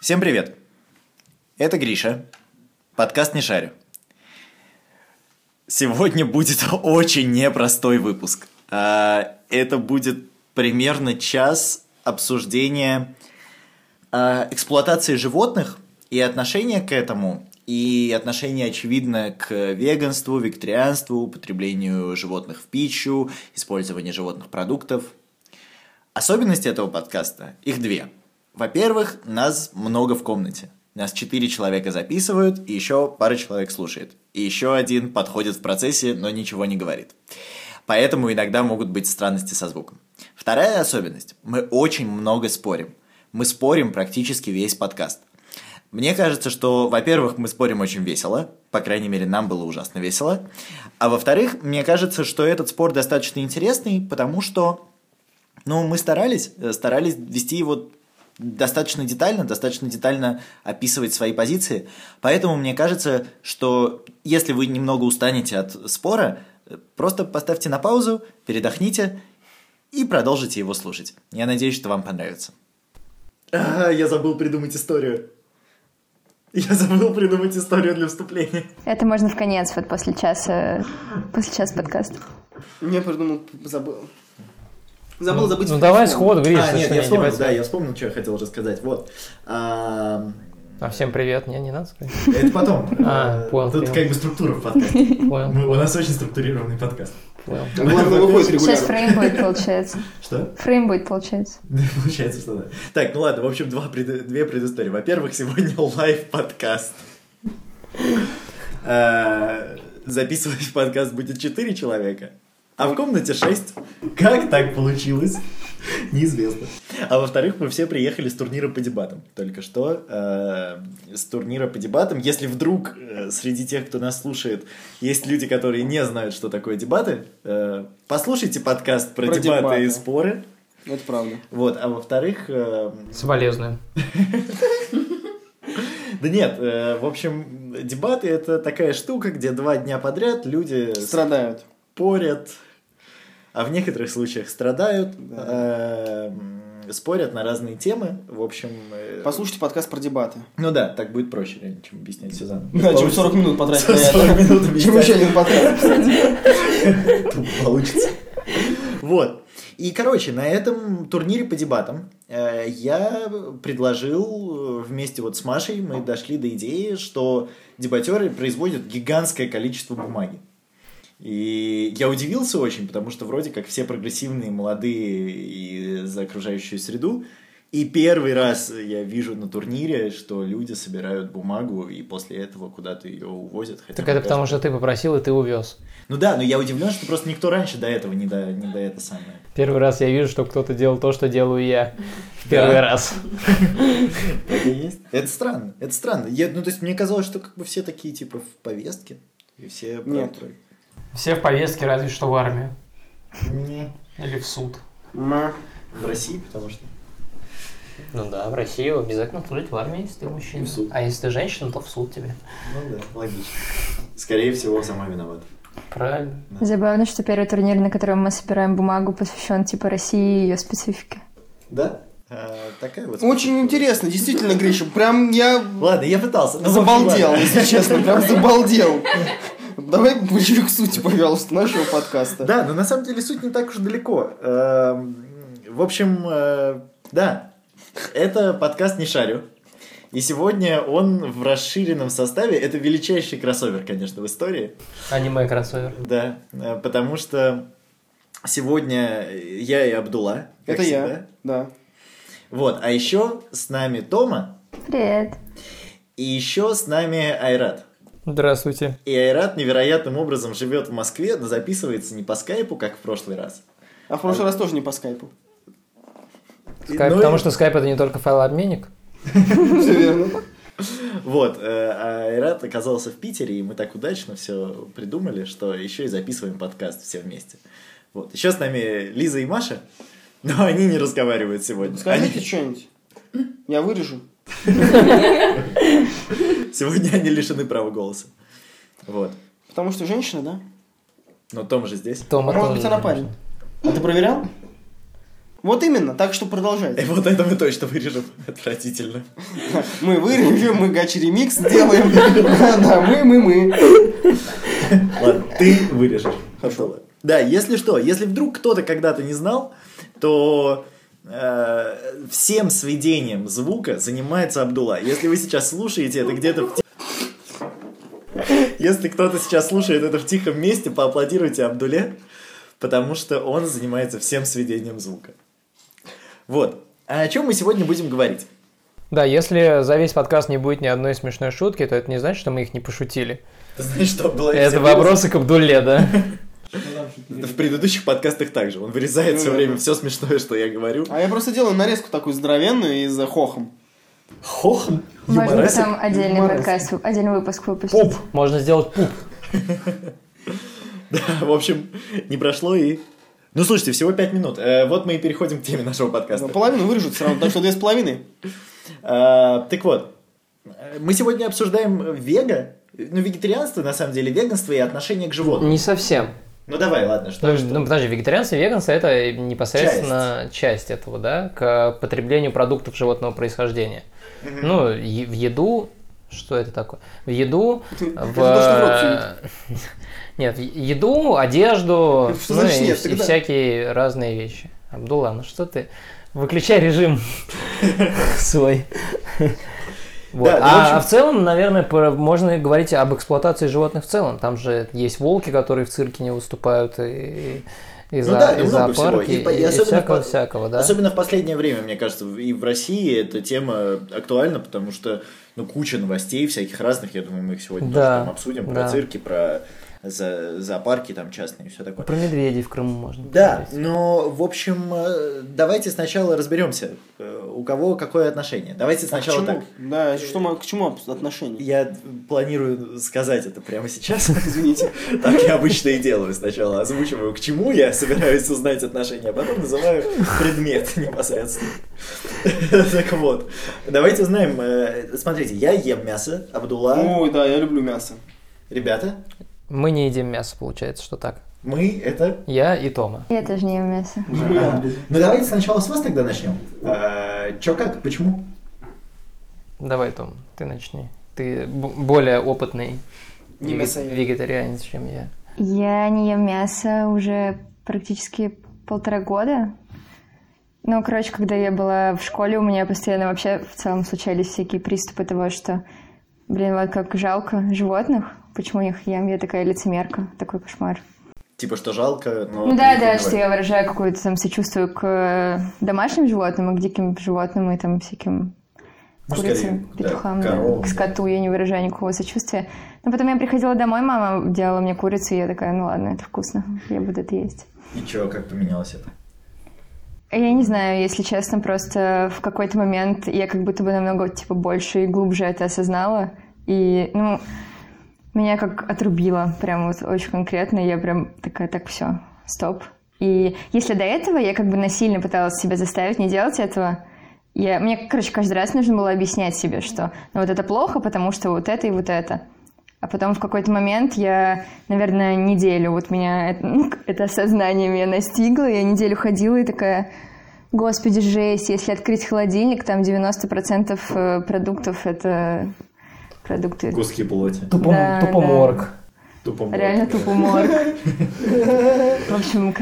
Всем привет! Это Гриша, подкаст «Не шарю». Сегодня будет очень непростой выпуск. Это будет примерно час обсуждения эксплуатации животных и отношения к этому, и отношение, очевидно, к веганству, вегетарианству, употреблению животных в пищу, использованию животных продуктов. Особенности этого подкаста, их две. Во-первых, нас много в комнате. Нас 4 человека записывают, и еще пара человек слушает. И еще один подходит в процессе, но ничего не говорит. Поэтому иногда могут быть странности со звуком. Вторая особенность. Мы очень много спорим. Мы спорим практически весь подкаст. Мне кажется, что, во-первых, мы спорим очень весело. По крайней мере, нам было ужасно весело. А во-вторых, мне кажется, что этот спор достаточно интересный, потому что мы старались вести его достаточно детально описывать свои позиции. Поэтому мне кажется, что если вы немного устанете от спора, просто поставьте на паузу, передохните и продолжите его слушать. Я надеюсь, что вам понравится. Я забыл придумать историю. Для вступления. Это можно в конец, вот после часа подкаста. Я придумал, Забыл забыть. Давай сходу, Гриш. Нет, я вспомнил, что я хотел рассказать. Вот. Всем привет. Не надо сказать. Это потом. Понял. Тут как бы структура в подкасте. Понял. У нас очень структурированный подкаст. Понял. Главное, выходит регулярно. Сейчас фрейм будет, получается. Что? Фрейм будет, получается. Да, получается, что да. Так, ладно, в общем, две предыстории. Во-первых, сегодня лайв-подкаст. Записывать подкаст будет 4 человека. А в комнате 6. Как так получилось? Неизвестно. А во-вторых, мы все приехали с турнира по дебатам. Только что с турнира по дебатам. Если вдруг среди тех, кто нас слушает, есть люди, которые не знают, что такое дебаты, послушайте подкаст про дебаты и споры. Это правда. Вот, а во-вторых... Соболезную. Да нет, в общем, дебаты — это такая штука, где 2 дня подряд люди... Страдают. Спорят, а в некоторых случаях страдают, спорят на разные темы, в общем... Послушайте подкаст про дебаты. Ну да, так будет проще, реально, чем объяснять все заново. Да, чем 40 минут потратить на это. 40 минут объяснять. Чем еще один подкаст. Тупо получится. Вот. И, короче, на этом турнире по дебатам я предложил вместе вот с Машей, мы дошли до идеи, что дебатеры производят гигантское количество бумаги. И я удивился очень, потому что вроде как все прогрессивные, молодые и за окружающую среду. И первый раз я вижу на турнире, что люди собирают бумагу и после этого куда-то ее увозят. Так это потому, что ты попросил, и ты увез. Ну да, но я удивлен, что просто никто раньше до этого не до это самое. Первый раз я вижу, что кто-то делал то, что делаю я в первый раз. Так и есть. Это странно. То есть мне казалось, что как бы все такие типа в повестке. И все... Нет. Все в повестке, разве что в армию. Не. Или в суд. В России, потому что... Ну да, в России обязательно служить в армии, если ты мужчина. А если ты женщина, то в суд тебе. Ну да, логично. Скорее всего, сама виновата. Правильно. Да. Забавно, что первый турнир, на котором мы собираем бумагу, посвящен типа России и ее специфике. Да? Такая вот... Очень интересно, действительно, Гриша. Прям я... Ладно, я пытался. Забалдел, если честно. Прям забалдел. Давай ближе к сути, пожалуйста, нашего подкаста. Да, но на самом деле суть не так уж далеко. В общем, да, это подкаст «Не шарю». И сегодня он в расширенном составе. Это величайший кроссовер, конечно, в истории. Аниме-кроссовер. Да, потому что сегодня я и Абдулла. Это всегда. я, да. Вот, а еще с нами Тома. Привет. И еще с нами Айрат. Здравствуйте. И Айрат невероятным образом живет в Москве, но записывается не по скайпу, как в прошлый раз. А в прошлый раз тоже не по скайпу. Скайп, потому что скайп это не только файлообменник. Все верно. Вот, а Айрат оказался в Питере, и мы так удачно все придумали, что еще и записываем подкаст все вместе. Вот, еще с нами Лиза и Маша, но они не разговаривают сегодня. Скажите что-нибудь. Я вырежу. Сегодня они лишены права голоса. Вот. Потому что женщина, да? Но Том же здесь. Тома Может тоже быть, она же парень. А ты проверял? Вот именно, так что продолжайте. И вот это мы точно вырежем. Отвратительно. Мы вырежем, мы гачи-ремикс делаем. Да, мы. Ладно, ты вырежешь. Хорошо. Да, если что, если вдруг кто-то когда-то не знал, то всем сведением звука занимается Абдулла. Если вы сейчас слушаете это где-то Если кто-то сейчас слушает это в тихом месте, поаплодируйте Абдулле, потому что он занимается всем сведением звука. Вот. А о чем мы сегодня будем говорить? Да, если за весь подкаст не будет ни одной смешной шутки, то это не значит, что мы их не пошутили. Ты знаешь, что Абдулла... Это вопросы к Абдулле, да? В предыдущих подкастах также. Он вырезает все время все смешное, что я говорю. А я просто делаю нарезку такую здоровенную и за хохом. Хохом? Можно потом отдельный подкаст, отдельный выпуск выпустить. Пуп! Можно сделать пуп. Да, в общем, не прошло и... Ну, слушайте, всего 5 минут. Вот мы и переходим к теме нашего подкаста. Половину вырежут все равно, так что 2,5. Так вот, мы сегодня обсуждаем вегетарианство, на самом деле, веганство и отношение к животным. Не совсем. Ну, давай, ладно, что? Ну, подожди, вегетарианство и веганство – это непосредственно часть этого, да, к потреблению продуктов животного происхождения. Ну, в еду... Что это такое? В еду, Нет, в еду, одежду, ну и всякие разные вещи. Абдулла, ну что ты? Выключай режим свой. А в целом, наверное, можно говорить об эксплуатации животных в целом. Там же есть волки, которые в цирке не выступают, и зоопарки, и всякого-всякого, да. Особенно в последнее время, мне кажется, и в России эта тема актуальна, потому что куча новостей всяких разных, я думаю, мы их сегодня тоже там обсудим, про цирки, про зоопарки там частные и все такое. Про медведей в Крыму можно. Да, но, в общем, давайте сначала разберемся, у кого какое отношение. Давайте сначала так. Да, к чему отношение? Я планирую сказать это прямо сейчас. Извините. Так я обычно и делаю. Сначала озвучиваю, к чему я собираюсь узнать отношения, а потом называю предмет непосредственно. Так вот, давайте узнаем. Смотрите, я ем мясо, Абдулла. Ой, да, я люблю мясо. Ребята? Мы не едим мясо, получается, что так. Мы это... Я и Тома. Я тоже не ем мясо. Ну давайте сначала с вас тогда начнем. Чё как, почему? Давай, Том, ты начни. Ты более опытный вегетарианец, чем я. Я не ем мясо уже практически 1,5 года. Ну, короче, когда я была в школе, у меня постоянно вообще в целом случались всякие приступы того, что, вот как жалко животных. Почему их ем? Я такая лицемерка. Такой кошмар. Типа, что жалко, но... Ну да, что я выражаю какое-то там сочувствие к домашним животным и к диким животным и там всяким курицам, петухам, к скоту. Я не выражаю никакого сочувствия. Но потом я приходила домой, мама делала мне курицу, и я такая, ну ладно, это вкусно, я буду это есть. И чё, как поменялось это? Я не знаю, если честно, просто в какой-то момент я как будто бы намного больше и глубже это осознала. И, меня как отрубило, прям вот очень конкретно, я прям такая, так, все, стоп. И если до этого я как бы насильно пыталась себя заставить не делать этого, мне, каждый раз нужно было объяснять себе, что вот это плохо, потому что вот это и вот это. А потом в какой-то момент я, наверное, неделю, меня это осознание меня настигло, я неделю ходила и такая, господи, жесть, если открыть холодильник, там 90% продуктов это... продукты. Куски плоти. Тупоморг. Реально тупоморг. В общем,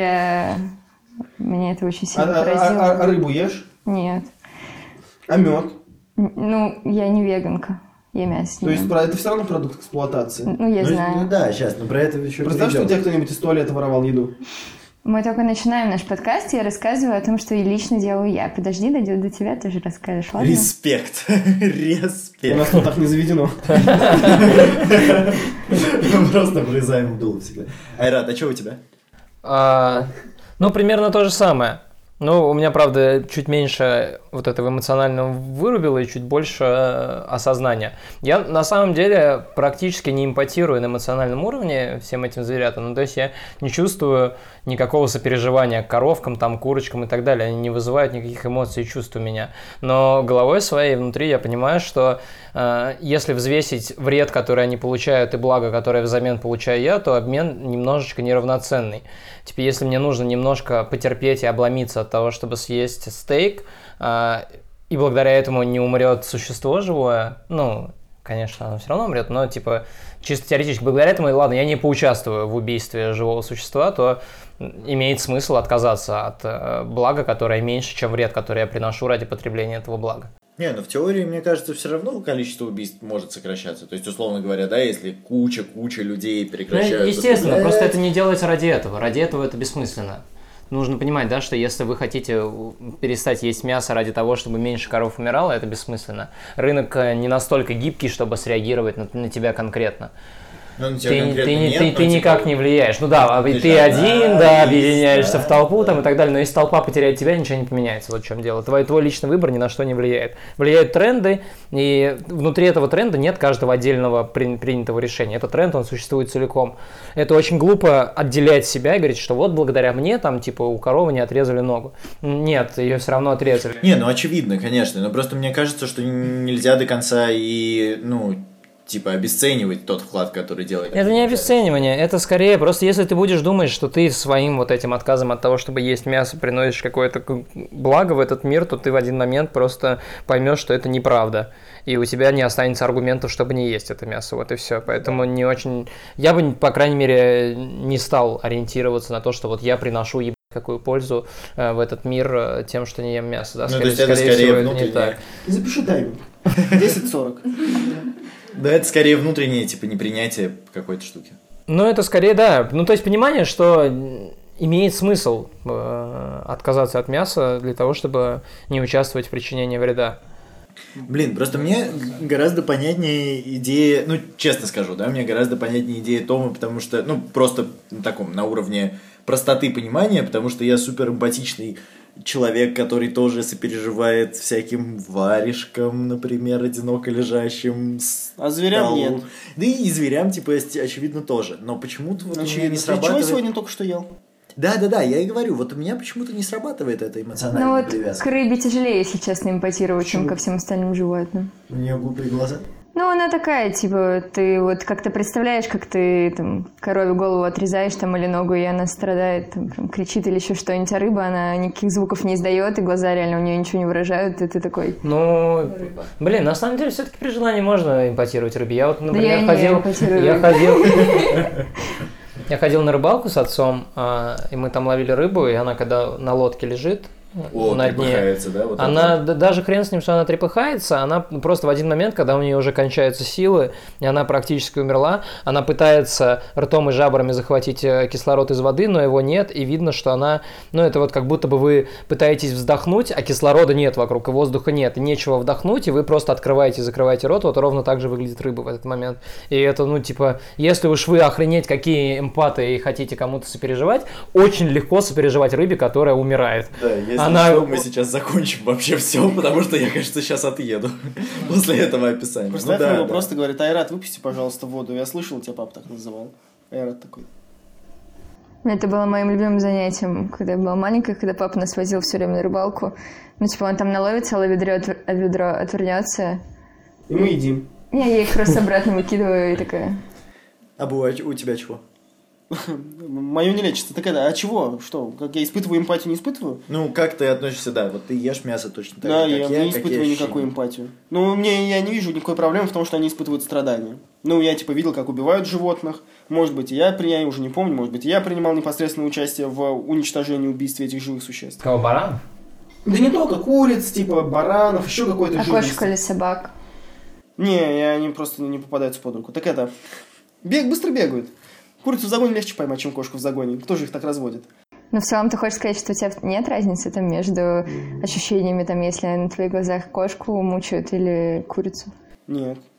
меня это очень сильно поразило. А рыбу ешь? Нет. А мед? Я не веганка. Я мясо не ем. То есть это все равно продукт эксплуатации? Я знаю. Ну да, сейчас, но про это еще... Представь, что у тебя кто-нибудь из туалета воровал еду. Мы только начинаем наш подкаст, и я рассказываю о том, что и лично делаю я. Подожди, до тебя тоже расскажешь, ладно? Респект. У нас тут так не заведено. Мы просто вырезаем Абдуллу всегда. Айрат, а что у тебя? Примерно то же самое. У меня, правда, чуть меньше вот это в эмоциональном вырубило и чуть больше осознания. Я на самом деле практически не эмпатирую на эмоциональном уровне всем этим зверятам. Ну, то есть я не чувствую никакого сопереживания к коровкам, там, курочкам и так далее. Они не вызывают никаких эмоций и чувств у меня. Но головой своей внутри я понимаю, что если взвесить вред, который они получают, и благо, которое взамен получаю я, то обмен немножечко неравноценный. Типа, если мне нужно немножко потерпеть и обломиться от того, чтобы съесть стейк, и благодаря этому не умрет существо живое, ну, конечно, оно все равно умрет, но, типа, чисто теоретически, благодаря этому, ладно, я не поучаствую в убийстве живого существа, то имеет смысл отказаться от блага, которое меньше, чем вред, который я приношу ради потребления этого блага. Не, ну в теории, мне кажется, все равно количество убийств может сокращаться. То есть, условно говоря, да, если куча людей прекращают... Ну, естественно, просто это не делается ради этого. Ради этого это бессмысленно. Нужно понимать, да, что если вы хотите перестать есть мясо ради того, чтобы меньше коров умирало, это бессмысленно. Рынок не настолько гибкий, чтобы среагировать на тебя конкретно. Ты никак не влияешь. Ну да, ты один, да, объединяешься в толпу там и так далее, но если толпа потеряет тебя, ничего не поменяется. Вот в чем дело. Твой личный выбор ни на что не влияет. Влияют тренды, и внутри этого тренда нет каждого отдельного принятого решения. Этот тренд, он существует целиком. Это очень глупо отделять себя и говорить, что вот благодаря мне там, типа, у коровы не отрезали ногу. Нет, ее все равно отрезали. Не, ну очевидно, конечно, но просто мне кажется, что нельзя до конца и, ну, типа, обесценивать тот вклад, который делает. Это не обесценивание, это скорее просто если ты будешь думать, что ты своим вот этим отказом от того, чтобы есть мясо, приносишь какое-то благо в этот мир, то ты в один момент просто поймешь, что это неправда. И у тебя не останется аргументов, чтобы не есть это мясо, вот и все. Поэтому не очень... Я бы, по крайней мере, не стал ориентироваться на то, что вот я приношу какую пользу в этот мир тем, что не ем мясо. Да? Ну, то есть это скорее внутреннее. Запиши тайминг. 10:40. Да, это скорее внутреннее, типа, непринятие какой-то штуки. Ну, это скорее, да. Ну, то есть понимание, что имеет смысл отказаться от мяса для того, чтобы не участвовать в причинении вреда. Блин, просто мне гораздо понятнее идея, ну, честно скажу, да, мне гораздо понятнее идея Тома, потому что, ну, просто на таком, на уровне простоты понимания, потому что я супер эмпатичный человек, который тоже сопереживает всяким варежкам, например, одиноко лежащим. А зверям нет. Да и зверям, типа, очевидно, тоже. Но почему-то вот у меня не срабатывает... Ты чего сегодня только что ел? Да, я и говорю, вот у меня почему-то не срабатывает эта эмоциональная привязка. Ну вот к рыбе тяжелее, если честно, эмпатировать, чем ко всем остальным животным. У нее глупые глаза? Ну, она такая, типа, ты вот как-то представляешь, как ты там корове голову отрезаешь там или ногу, и она страдает, там, прям кричит или еще что-нибудь, а рыба, она никаких звуков не издает, и глаза реально у нее ничего не выражают, и ты такой... Ну, блин, на самом деле, все-таки при желании можно эмпатировать рыбе. Я вот, например, Я ходил на рыбалку с отцом, и мы там ловили рыбу, и она когда на лодке лежит, на дне, да, вот она, даже хрен с ним, что она трепыхается, она просто в один момент, когда у нее уже кончаются силы, и она практически умерла, она пытается ртом и жабрами захватить кислород из воды, но его нет, и видно, что она, ну это вот как будто бы вы пытаетесь вздохнуть, а кислорода нет вокруг, и воздуха нет, и нечего вдохнуть, и вы просто открываете и закрываете рот, вот ровно так же выглядит рыба в этот момент. И это, ну типа, если уж вы охренеть, какие эмпаты и хотите кому-то сопереживать, очень легко сопереживать рыбе, которая умирает. Да, что, мы сейчас закончим вообще все, потому что я, кажется, сейчас отъеду после этого описания. Представь, ну, да, просто говорит: Айрат, выпусти, пожалуйста, воду. Я слышал, тебя папа так называл. Айрат такой. Это было моим любимым занятием, когда я была маленькая, когда папа нас возил все время на рыбалку. Ну, типа, он там наловит целое ведро отвернется. И мы едим. Я их просто обратно выкидываю и такая... А бывает у тебя чего? Мое не лечится. Так это, а чего? Что? Как я испытываю эмпатию, не испытываю? Ну, как ты относишься, да, вот ты ешь мясо точно так же, как я не испытываю никакую эмпатию. Ну, я не вижу никакой проблемы в том, что они испытывают страдания. Ну, я, типа, видел, как убивают животных. Может быть, я уже не помню, может быть, я принимал непосредственное участие в уничтожении, убийстве этих живых существ. Кого, баранов? Да не только куриц, типа, баранов, еще какой-то живности. А кошек или собак? Не, они просто не попадаются под руку. Так это, быстро бегают. Курицу в загоне легче поймать, чем кошку в загоне. Кто же их так разводит? Но в целом ты хочешь сказать, что у тебя нет разницы там между ощущениями, там, если на твоих глазах кошку мучают или курицу? Нет.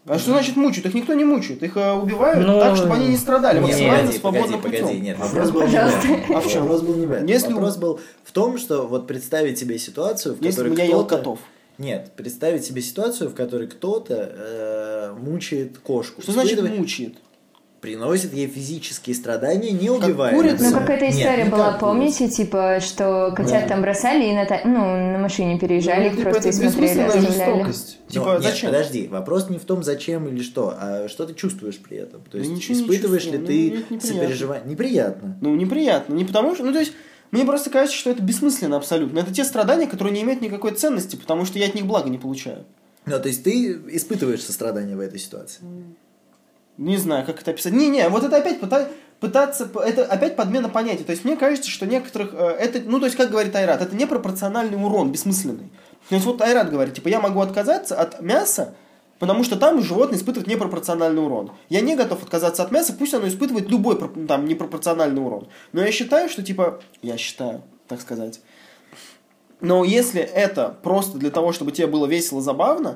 А что значит мучают? Их никто не мучает. Их убивают Ну, так, чтобы они не страдали Нет, максимально свободным погоди, путем. нет, вопрос был не в Пожалуйста. этом. А в чем? Вопрос был не в этом. Если Вопрос был в том, что вот представить себе ситуацию, в Если которой бы я ел кто-то... котов. Нет, представить себе ситуацию, в которой кто-то мучает кошку. Что значит Испытывает- мучает? Приносит ей физические страдания, не убивая. курица? Ну, какая-то Нет, история не была, как помните, типа, что котят там бросали и на машине переезжали, их типа, просто и это смотрели, бессмысленная оставляли. жестокость. Но Типа, нет, зачем? подожди, вопрос не в том, зачем или что, а что ты чувствуешь при этом. То есть, ничего не испытываешь чувствую, ли ну, ты это неприятно. сопереживание? Неприятно. Ну, неприятно. Не потому что... Ну, то есть, мне просто кажется, что это бессмысленно абсолютно. Это те страдания, которые не имеют никакой ценности, потому что я от них блага не получаю. Ну, то есть, ты испытываешь сострадание в этой ситуации. Не знаю, как это описать. Не, вот это опять пытаться... Это опять подмена понятий. То есть, мне кажется, что некоторых... Это, ну, то есть, как говорит Айрат, это непропорциональный урон, бессмысленный. То есть, вот Айрат говорит, типа, я могу отказаться от мяса, потому что там животное испытывает непропорциональный урон. Я не готов отказаться от мяса, пусть оно испытывает любой там непропорциональный урон. Но я считаю, что, типа... Я считаю, так сказать... Но если это просто для того, чтобы тебе было весело, забавно,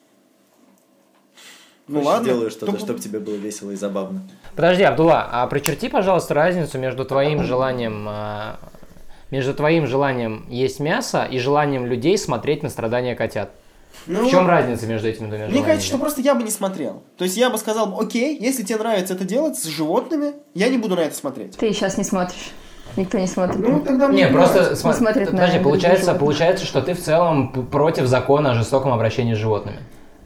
ну Хочешь, ладно. делаю что-то, то- чтобы тебе было весело и забавно. Подожди, Абдулла, а прочерти, пожалуйста, разницу между твоим желанием есть мясо и желанием людей смотреть на страдания котят. Ну, В чем разница между этими двумя Мне желаниями? кажется, что просто я бы не смотрел. То есть я бы сказал, окей, если тебе нравится это делать с животными, я не буду на это смотреть. Ты сейчас не смотришь. Никто не смотрит. Ну, тогда мне Не, просто нравится. смотрит на подожди, других животных. получается, что ты в целом против закона о жестоком обращении с животными.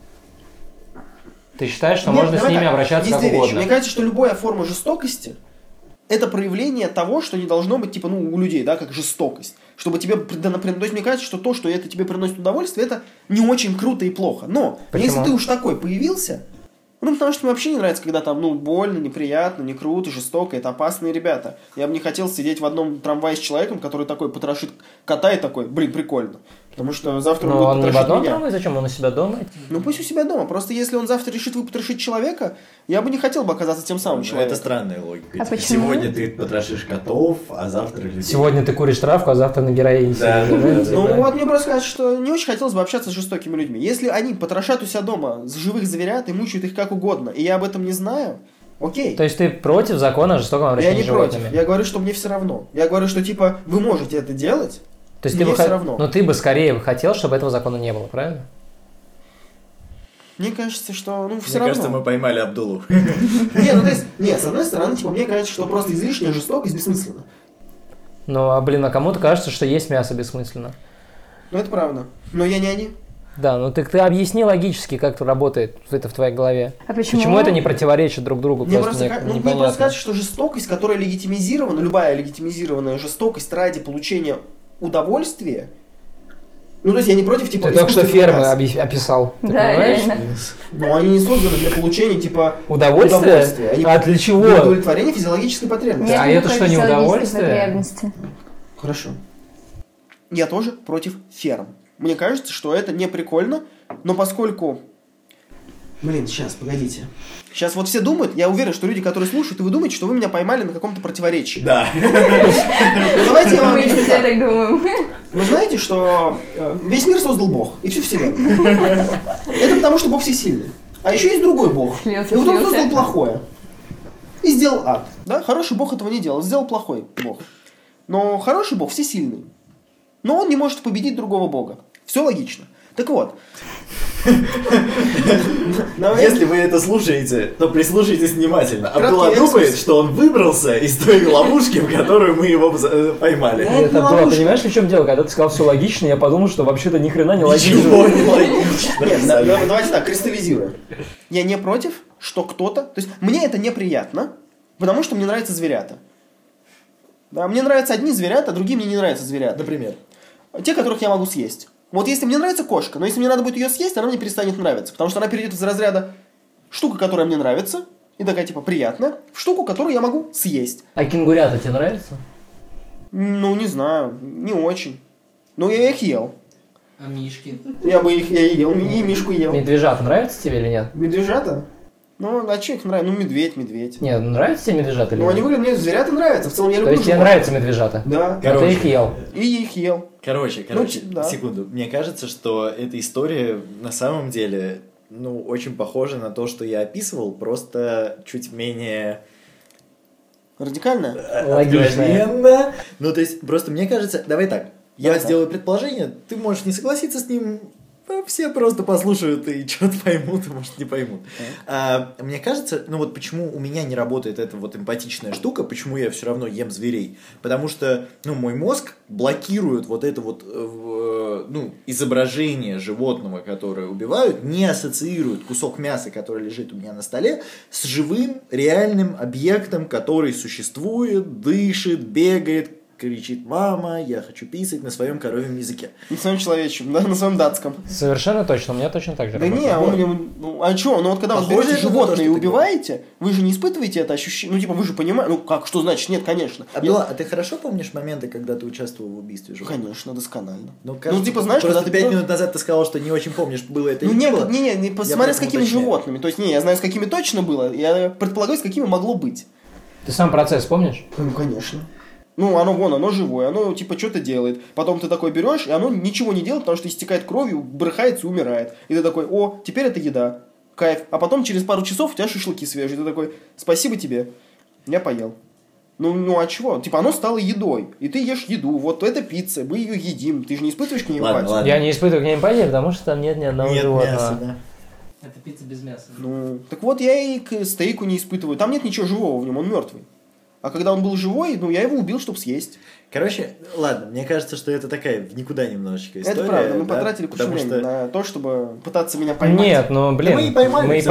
Ты считаешь, что Нет, можно с давай ними так. обращаться Есть как две вещи. угодно? Мне кажется, что любая форма жестокости это проявление того, что не должно быть, типа, ну, у людей, да, как жестокость. Чтобы тебе, то есть мне кажется, что то, что это тебе приносит удовольствие, это не очень круто и плохо. Но, Почему? если ты уж такой появился, ну, потому что мне вообще не нравится, когда там, ну, больно, неприятно, не круто, жестоко, это опасные ребята. Я бы не хотел сидеть в одном трамвае с человеком, который такой потрошит кота и такой, блин, прикольно. Потому что завтра он Но будет он не в потрошить одном меня. трамвае, зачем он у себя дома? Ну, пусть у себя дома. Просто если он завтра решит выпотрошить человека, я бы не хотел бы оказаться тем самым Ну, человеком. это странная логика. А Типа, почему? сегодня ты потрошишь котов, а завтра людей. Сегодня ты куришь травку, а завтра на героине Да, сидишь, да, да, знаете, да. Ну да? вот мне просто кажется, что не очень хотелось бы общаться с жестокими людьми. Если они потрошат у себя дома с живых зверят и мучают их как угодно, и я об этом не знаю, окей. То есть ты против закона о жестоком Я обращении не с животными? против. Я говорю, что мне все равно. Я говорю, что типа вы можете это делать, То есть мне ты бы все равно. Но ты бы скорее хотел, чтобы этого закона не было, правильно? Мне кажется, что ну все Мне равно. кажется, мы поймали Абдулу. Не, ну то есть, нет, с одной стороны, типа, мне кажется, что просто излишняя жестокость бессмысленна. Ну, а блин, а кому-то кажется, что есть мясо бессмысленно. Ну это правда. Но я не они. Да, ну ты объясни логически, как это работает это в твоей голове. А почему? это не противоречит друг другу? Мне Просто просто, мне мне просто непонятно. кажется, что жестокость, которая легитимизирована, любая легитимизированная жестокость ради получения удовольствия, ну, то есть я не против, типа, Ты только что искусственного фермы мяса. описал. Ты Да, понимаешь? реально. Но они не созданы для получения, типа, Удовольствие? Они А для чего? для удовлетворения физиологической потребности. Нет А это никакой что, не физиологической удовольствие? потребности. Хорошо. Я тоже против ферм. Мне кажется, что это не прикольно, но поскольку... Блин, сейчас, погодите. Сейчас вот все думают, я уверен, что люди, которые слушают, и вы думаете, что вы меня поймали на каком-то противоречии. Да. Ну, давайте я вам Мы объясню все так. так думаем. Вы знаете, что весь мир создал Бог и всю вселенную. Это потому, что Бог всесильный. А еще есть другой Бог. Слился, И вот он слился. создал плохое. И сделал ад. Да? Хороший Бог этого не делал, сделал плохой Бог. Но хороший Бог всесильный. Но он не может победить другого Бога. Все логично. Так вот. Если вы это слушаете, то прислушайтесь внимательно. Абдулла Краткий думает, экскурс. что он выбрался из той ловушки, в которую мы его поймали. Ну, Это было, понимаешь, в чем дело? Когда ты сказал все логично, я подумал, что вообще-то ни хрена не Ничего логично. не логично. Нет, давайте так, кристаллизируем. Я не против, что кто-то... То есть мне это неприятно, потому что мне нравятся зверята. Да, мне нравятся одни зверята, а другие мне не нравятся зверята. Например. Те, которых я могу съесть. Вот если мне нравится кошка, но если мне надо будет ее съесть, она мне перестанет нравиться. Потому что она перейдет из разряда штука, которая мне нравится, и такая типа приятная, в штуку, которую я могу съесть. А кенгурята тебе нравятся? Ну, не знаю, не очень. Но я их ел. А мишки? Я ел, и мишку ел. Медвежата нравятся тебе или нет? Медвежата? Ну, а что их нравится? Ну, медведь. Нет, нравятся тебе медвежата или Ну, они нет? выглядят, мне зверята нравятся, в целом я То люблю есть тебе животных. нравятся медвежата? Да. А ты их ел? И я их ел. Короче, Ну, да. секунду. Мне кажется, что эта история на самом деле очень похоже на то, что я описывал, просто чуть менее... Радикально? Логично. Ну, то есть, просто мне кажется... Давай так. Я сделаю предположение, ты можешь не согласиться с ним, все просто послушают и что-то поймут, а может не поймут. Мне кажется, почему у меня не работает эта вот эмпатичная штука, почему я все равно ем зверей, потому что, мой мозг блокирует вот это вот, изображение животного, которое убивают, не ассоциирует кусок мяса, который лежит у меня на столе, с живым, реальным объектом, который существует, дышит, бегает, кричит: «Мама, я хочу писать» на своем коровьем языке. На своем человеческом, да, на своем датском. Совершенно точно, у меня точно так же да работает. А что, вот когда вы берете животное и убиваете, вы же не испытываете это ощущение, вы же понимаете, что значит нет, конечно. Абдулла, а ты хорошо помнишь моменты, когда ты участвовал в убийстве животных? Конечно, досконально. Знаешь, просто 5 минут назад ты сказал, что не очень помнишь, было это или не было. Не, посмотри, с какими животными. То есть, я знаю, с какими точно было, я предполагаю, с какими могло быть. Ты сам процесс помнишь? Конечно. Оно живое, оно что-то делает. Потом ты такой берешь, и оно ничего не делает, потому что истекает кровью, брыхается и умирает. И ты такой: о, теперь это еда. Кайф. А потом через пару часов у тебя шашлыки свежие. Ты такой: спасибо тебе, я поел. А чего? Оно стало едой. И ты ешь еду. Вот это пицца, мы ее едим. Ты же не испытываешь к ней эмпатию? Ладно. Я не испытываю к ней эмпатию, потому что там нет ни одного животного. Мяса, да. Это пицца без мяса. Так вот, я и к стейку не испытываю. Там нет ничего живого в нем, он мертвый. А когда он был живой, я его убил, чтобы съесть. Короче, ладно, мне кажется, что это такая в никуда немножечко история. Это правда, мы потратили кучу времени на то, чтобы пытаться меня поймать. Нет, мы и поймали. Мы и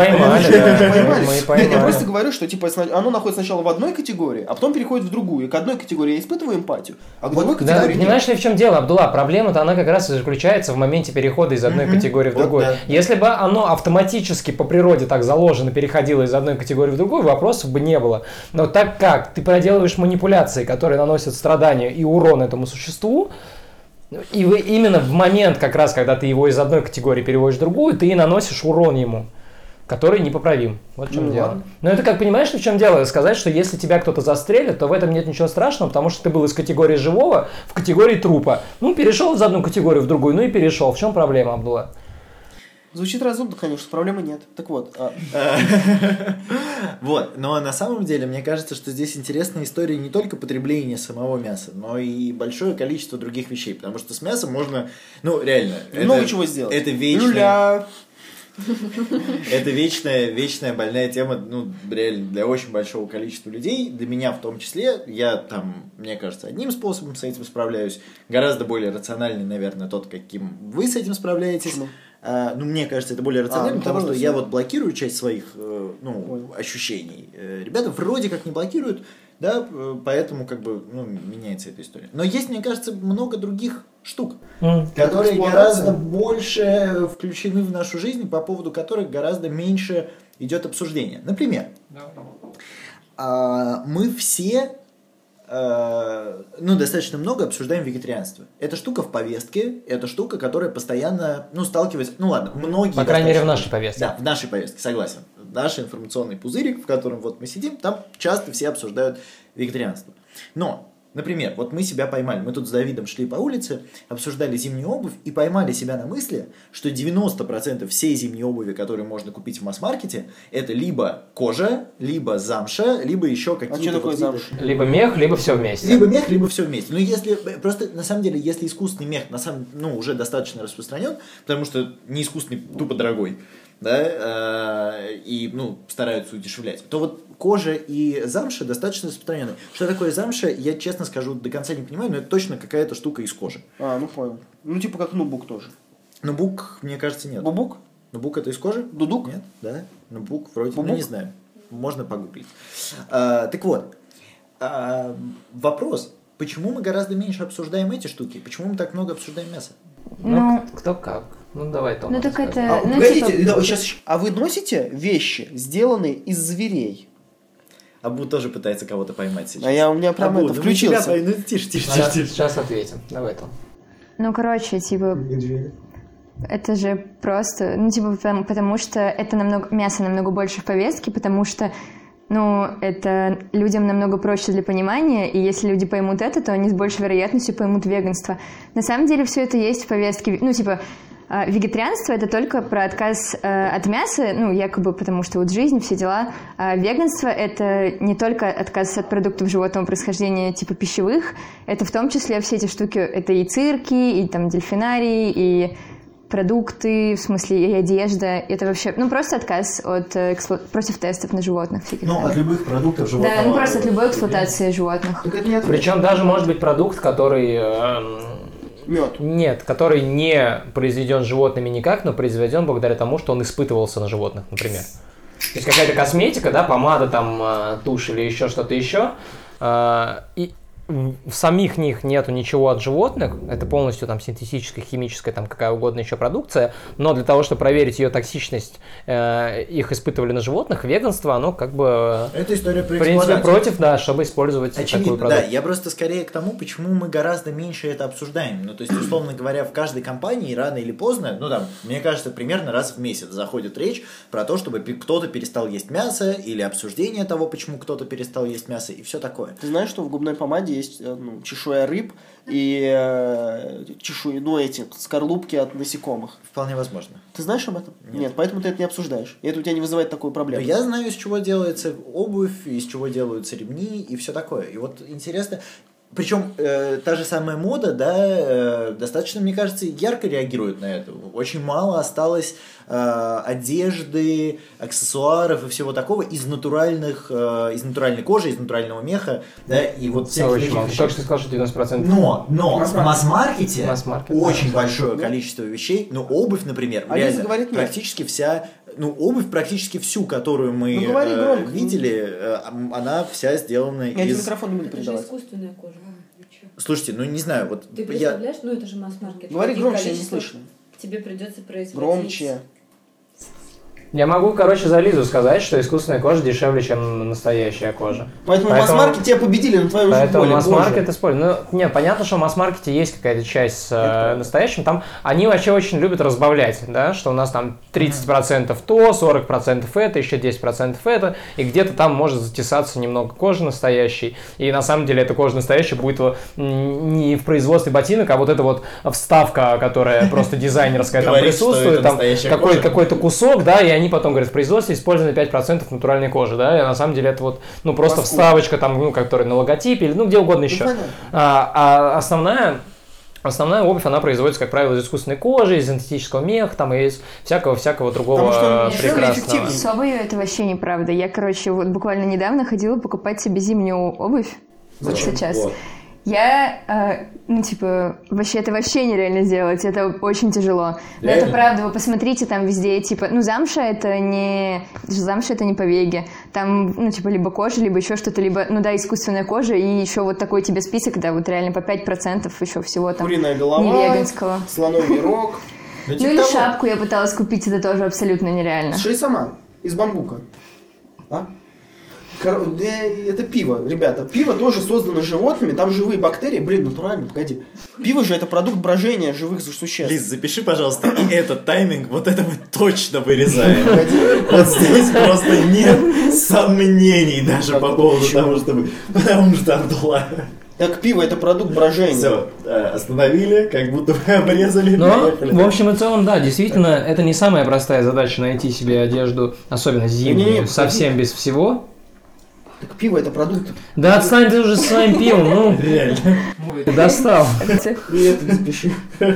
поймали. Нет, я просто говорю, что оно находится сначала в одной категории, а потом переходит в другую. И к одной категории я испытываю эмпатию, а к другой категории нет. Понимаешь ли, в чем дело, Абдулла? Проблема-то она как раз и заключается в моменте перехода из одной категории в другую. Да. Если бы оно автоматически по природе так заложено переходило из одной категории в другую, вопросов бы не было. Но так как ты проделываешь манипуляции, которые наносят страдания и урон этому существу, и именно в момент, как раз, когда ты его из одной категории переводишь в другую, ты и наносишь урон ему, который непоправим. Вот в чем дело. Ладно. Но это понимаешь, в чем дело? Сказать, что если тебя кто-то застрелит, то в этом нет ничего страшного, потому что ты был из категории живого в категории трупа. Перешел из одной категории в другую, и перешел. В чем проблема, Абдулла? Звучит разумно, конечно, проблемы нет. Так вот. Вот, но на самом деле, мне кажется, что здесь интересная история не только потребления самого мяса, но и большое количество других вещей, потому что с мясом можно, реально... Много чего сделать. Это вечная... Это вечная больная тема, реально, для очень большого количества людей, для меня в том числе. Я мне кажется, одним способом с этим справляюсь, гораздо более рациональный, наверное, тот, каким вы с этим справляетесь. Мне кажется, это более рационально, потому что я блокирую часть своих ощущений. Ребята вроде как не блокируют, да, поэтому меняется эта история. Но есть, мне кажется, много других штук, которые гораздо больше включены в нашу жизнь, по поводу которых гораздо меньше идет обсуждение. Например, мы все достаточно много обсуждаем вегетарианство. Это штука в повестке, это штука, которая постоянно, сталкивается, многие... По крайней мере, в нашей повестке. Да, в нашей повестке, согласен. Наш информационный пузырик, в котором мы сидим, там часто все обсуждают вегетарианство. Но, например, мы себя поймали, мы тут с Давидом шли по улице, обсуждали зимнюю обувь и поймали себя на мысли, что 90% всей зимней обуви, которую можно купить в масс-маркете, это либо кожа, либо замша, либо еще какие-то... А что такое замша? Либо мех, либо все вместе. Либо мех, либо все вместе. На самом деле, если искусственный мех уже достаточно распространен, потому что не искусственный, тупо дорогой, да, и стараются удешевлять, то кожа и замша достаточно распространены. Что такое замша, я честно скажу, до конца не понимаю, но это точно какая-то штука из кожи. Понял. Как нубук тоже. Нубук, мне кажется, нет. Бубук? Нубук это из кожи? Дудук? Нет, да. Нубук вроде, Бубук? не знаю. Можно погуглить. Так вот, вопрос, почему мы гораздо меньше обсуждаем эти штуки? Почему мы так много обсуждаем мясо? Кто как. Давай, Том. Так это... А вы носите вещи, сделанные из зверей? Абу тоже пытается кого-то поймать сейчас. У меня прям Абу, это включился. Тише. Сейчас ответим. Давай, Том. Это же просто... потому что это мясо намного больше в повестке, потому что это людям намного проще для понимания, и если люди поймут это, то они с большей вероятностью поймут веганство. На самом деле все это есть в повестке. вегетарианство — это только про отказ от мяса, ну, якобы потому что вот жизнь, все дела. А веганство — это не только отказ от продуктов животного происхождения типа пищевых, это в том числе все эти штуки, это и цирки, и там дельфинарии, и продукты, в смысле и одежда. Это вообще, ну, просто отказ от против тестов на животных всяких. Ну, от любых продуктов животного. Да, ну, просто от любой эксплуатации животных. Причем даже может быть продукт, который... Мед. Нет, который не произведен животными никак, но произведен благодаря тому, что он испытывался на животных, например. То есть какая-то косметика, да, помада, там, тушь или еще что-то еще, и в самих них нету ничего от животных, это полностью там синтетическая, химическая, там какая угодно еще продукция, но для того, чтобы проверить ее токсичность, их испытывали на животных, веганство, оно как бы... Это история про в принципе, эксплуатацию. против, да, чтобы использовать Очевидно, такую продукцию. да, я просто скорее к тому, почему мы гораздо меньше это обсуждаем. Ну, то есть, условно говоря, в каждой компании рано или поздно, ну, там, мне кажется, примерно раз в месяц заходит речь про то, чтобы кто-то перестал есть мясо, или обсуждение того, почему кто-то перестал есть мясо, и все такое. Ты знаешь, что в губной помаде есть чешуя рыб и эти скорлупки от насекомых? Вполне возможно. Ты знаешь об этом? Нет. Поэтому ты это не обсуждаешь. И это у тебя не вызывает такую проблему. Но я знаю, из чего делается обувь, из чего делаются ремни и все такое. И вот интересно... Причем та же самая мода, да, достаточно, мне кажется, ярко реагирует на это. Очень мало осталось одежды, аксессуаров и всего такого из натуральной кожи, из натурального меха, да, и вот всяких Очень таких мало. вещей. Только что сказал, что 90%. Но в масс-маркете Масс-маркет, очень да. большое количество вещей, ну, обувь, например, А реально, если говорить нет? практически вся, ну, обувь практически всю, которую мы Ну, говори громко. видели, она вся сделана Я тебе из... микрофон не буду Это же передавать. искусственная кожа. Слушайте, ну, не знаю, вот Ты я... представляешь, ну это же масс-маркет. Говори В каких громче, я не количествах слышно. Тебе придется производить... Громче. Я могу, за Лизу сказать, что искусственная кожа дешевле, чем настоящая кожа. Поэтому масс-маркет тебя победили на твою же Поэтому волю. масс-маркет использует. Ну, нет, понятно, что в масс-маркете есть какая-то часть с настоящим. Там они вообще очень любят разбавлять, да, что у нас там 30% то, 40% это, еще 10% это, и где-то там может затесаться немного кожи настоящей. И на самом деле эта кожа настоящая будет не в производстве ботинок, а вот эта вот вставка, которая просто дизайнерская там Говорит, что присутствует, это там настоящая кожа. какой-то кусок, да, и они потом говорят, в производстве использовано 5% натуральной кожи, да, и на самом деле это вот, ну, просто Паскуда. вставочка там, ну, которая на логотипе, или, ну, где угодно еще. понятно. А основная обувь, она производится, как правило, из искусственной кожи, из синтетического меха, там, и из всякого другого Потому что дешевле и прекрасного. эффективнее. Собою это вообще неправда. Я, вот буквально недавно ходила покупать себе зимнюю обувь. Зачем? Сейчас. Вот. Я, вообще, это вообще нереально сделать, это очень тяжело. Но Реально? это правда, вы посмотрите, там везде, замша это не побеги. Там, либо кожа, либо еще что-то, либо, искусственная кожа, и еще вот такой тебе список, да, вот реально по 5% еще всего там. Куриная голова, не веганского. слоновий рог. Ну, Ну типа или того. шапку я пыталась купить, это тоже абсолютно нереально. Сшей сама, из бамбука. А? Это пиво, ребята. Пиво тоже создано животными, там живые бактерии. Блин, натурально, погоди. Пиво же это продукт брожения живых существ. Лиз, запиши, пожалуйста, и этот тайминг, вот это мы точно вырезаем. Вот здесь просто нет сомнений даже по поводу того, чтобы... Потому что, Абдулла... Так пиво это продукт брожения. Все, остановили, как будто бы обрезали. Но, поехали. в общем и целом, да, действительно, это не самая простая задача найти себе одежду, особенно зимнюю, Не-не-не, совсем без всего. Так пиво это продукт. Да отстань ты уже с своим пивом, ну, Реально. ты достал. И это запиши.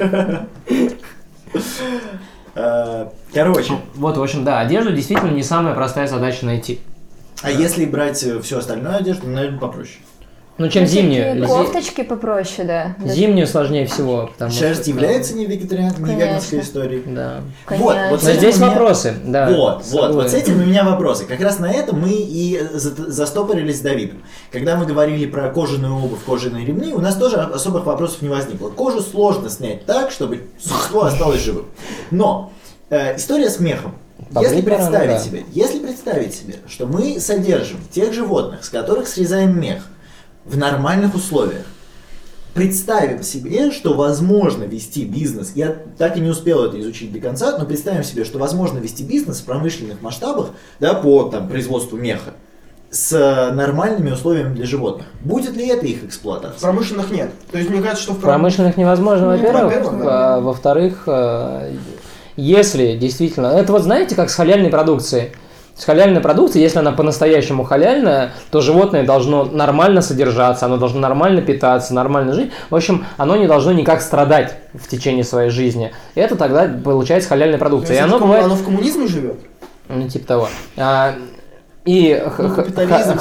Короче, Вот, в общем, да, одежду действительно не самая простая задача найти. а если брать всю остальную одежду, наверное, попроще. Ну, чем зимнюю. Всякие кофточки попроще, да. Зимнюю сложнее всего, потому Шерсть что... является не вегетарианской, не Конечно. веганской историей. Да. Вот Конечно. с Но этим здесь у меня- вопросы, да. Вот с этим у меня вопросы. Как раз на это мы и застопорились с Давидом. Когда мы говорили про кожаную обувь, кожаные ремни, у нас тоже особых вопросов не возникло. Кожу сложно снять так, чтобы существо осталось живым. Но история с мехом. Если Побрить барана, представить себе, что мы содержим тех животных, с которых срезаем мех, в нормальных условиях, представим себе, что возможно вести бизнес, я так и не успел это изучить до конца, но представим себе, что возможно вести бизнес в промышленных масштабах, да, по производству меха, с нормальными условиями для животных. Будет ли это их эксплуатация? Промышленных нет. То есть, мне кажется, что в Промышленных невозможно, Ну, во-первых. во-первых, да. Во-вторых, если действительно... Это вот знаете, как с халяльной продукцией. С халяльной продукцией, если она по-настоящему халяльная, то животное должно нормально содержаться, оно должно нормально питаться, нормально жить. В общем, оно не должно никак страдать в течение своей жизни. Это тогда получается халяльная продукция. И оно бывает... Оно в коммунизме живет? Ну, типа того. И капитализм,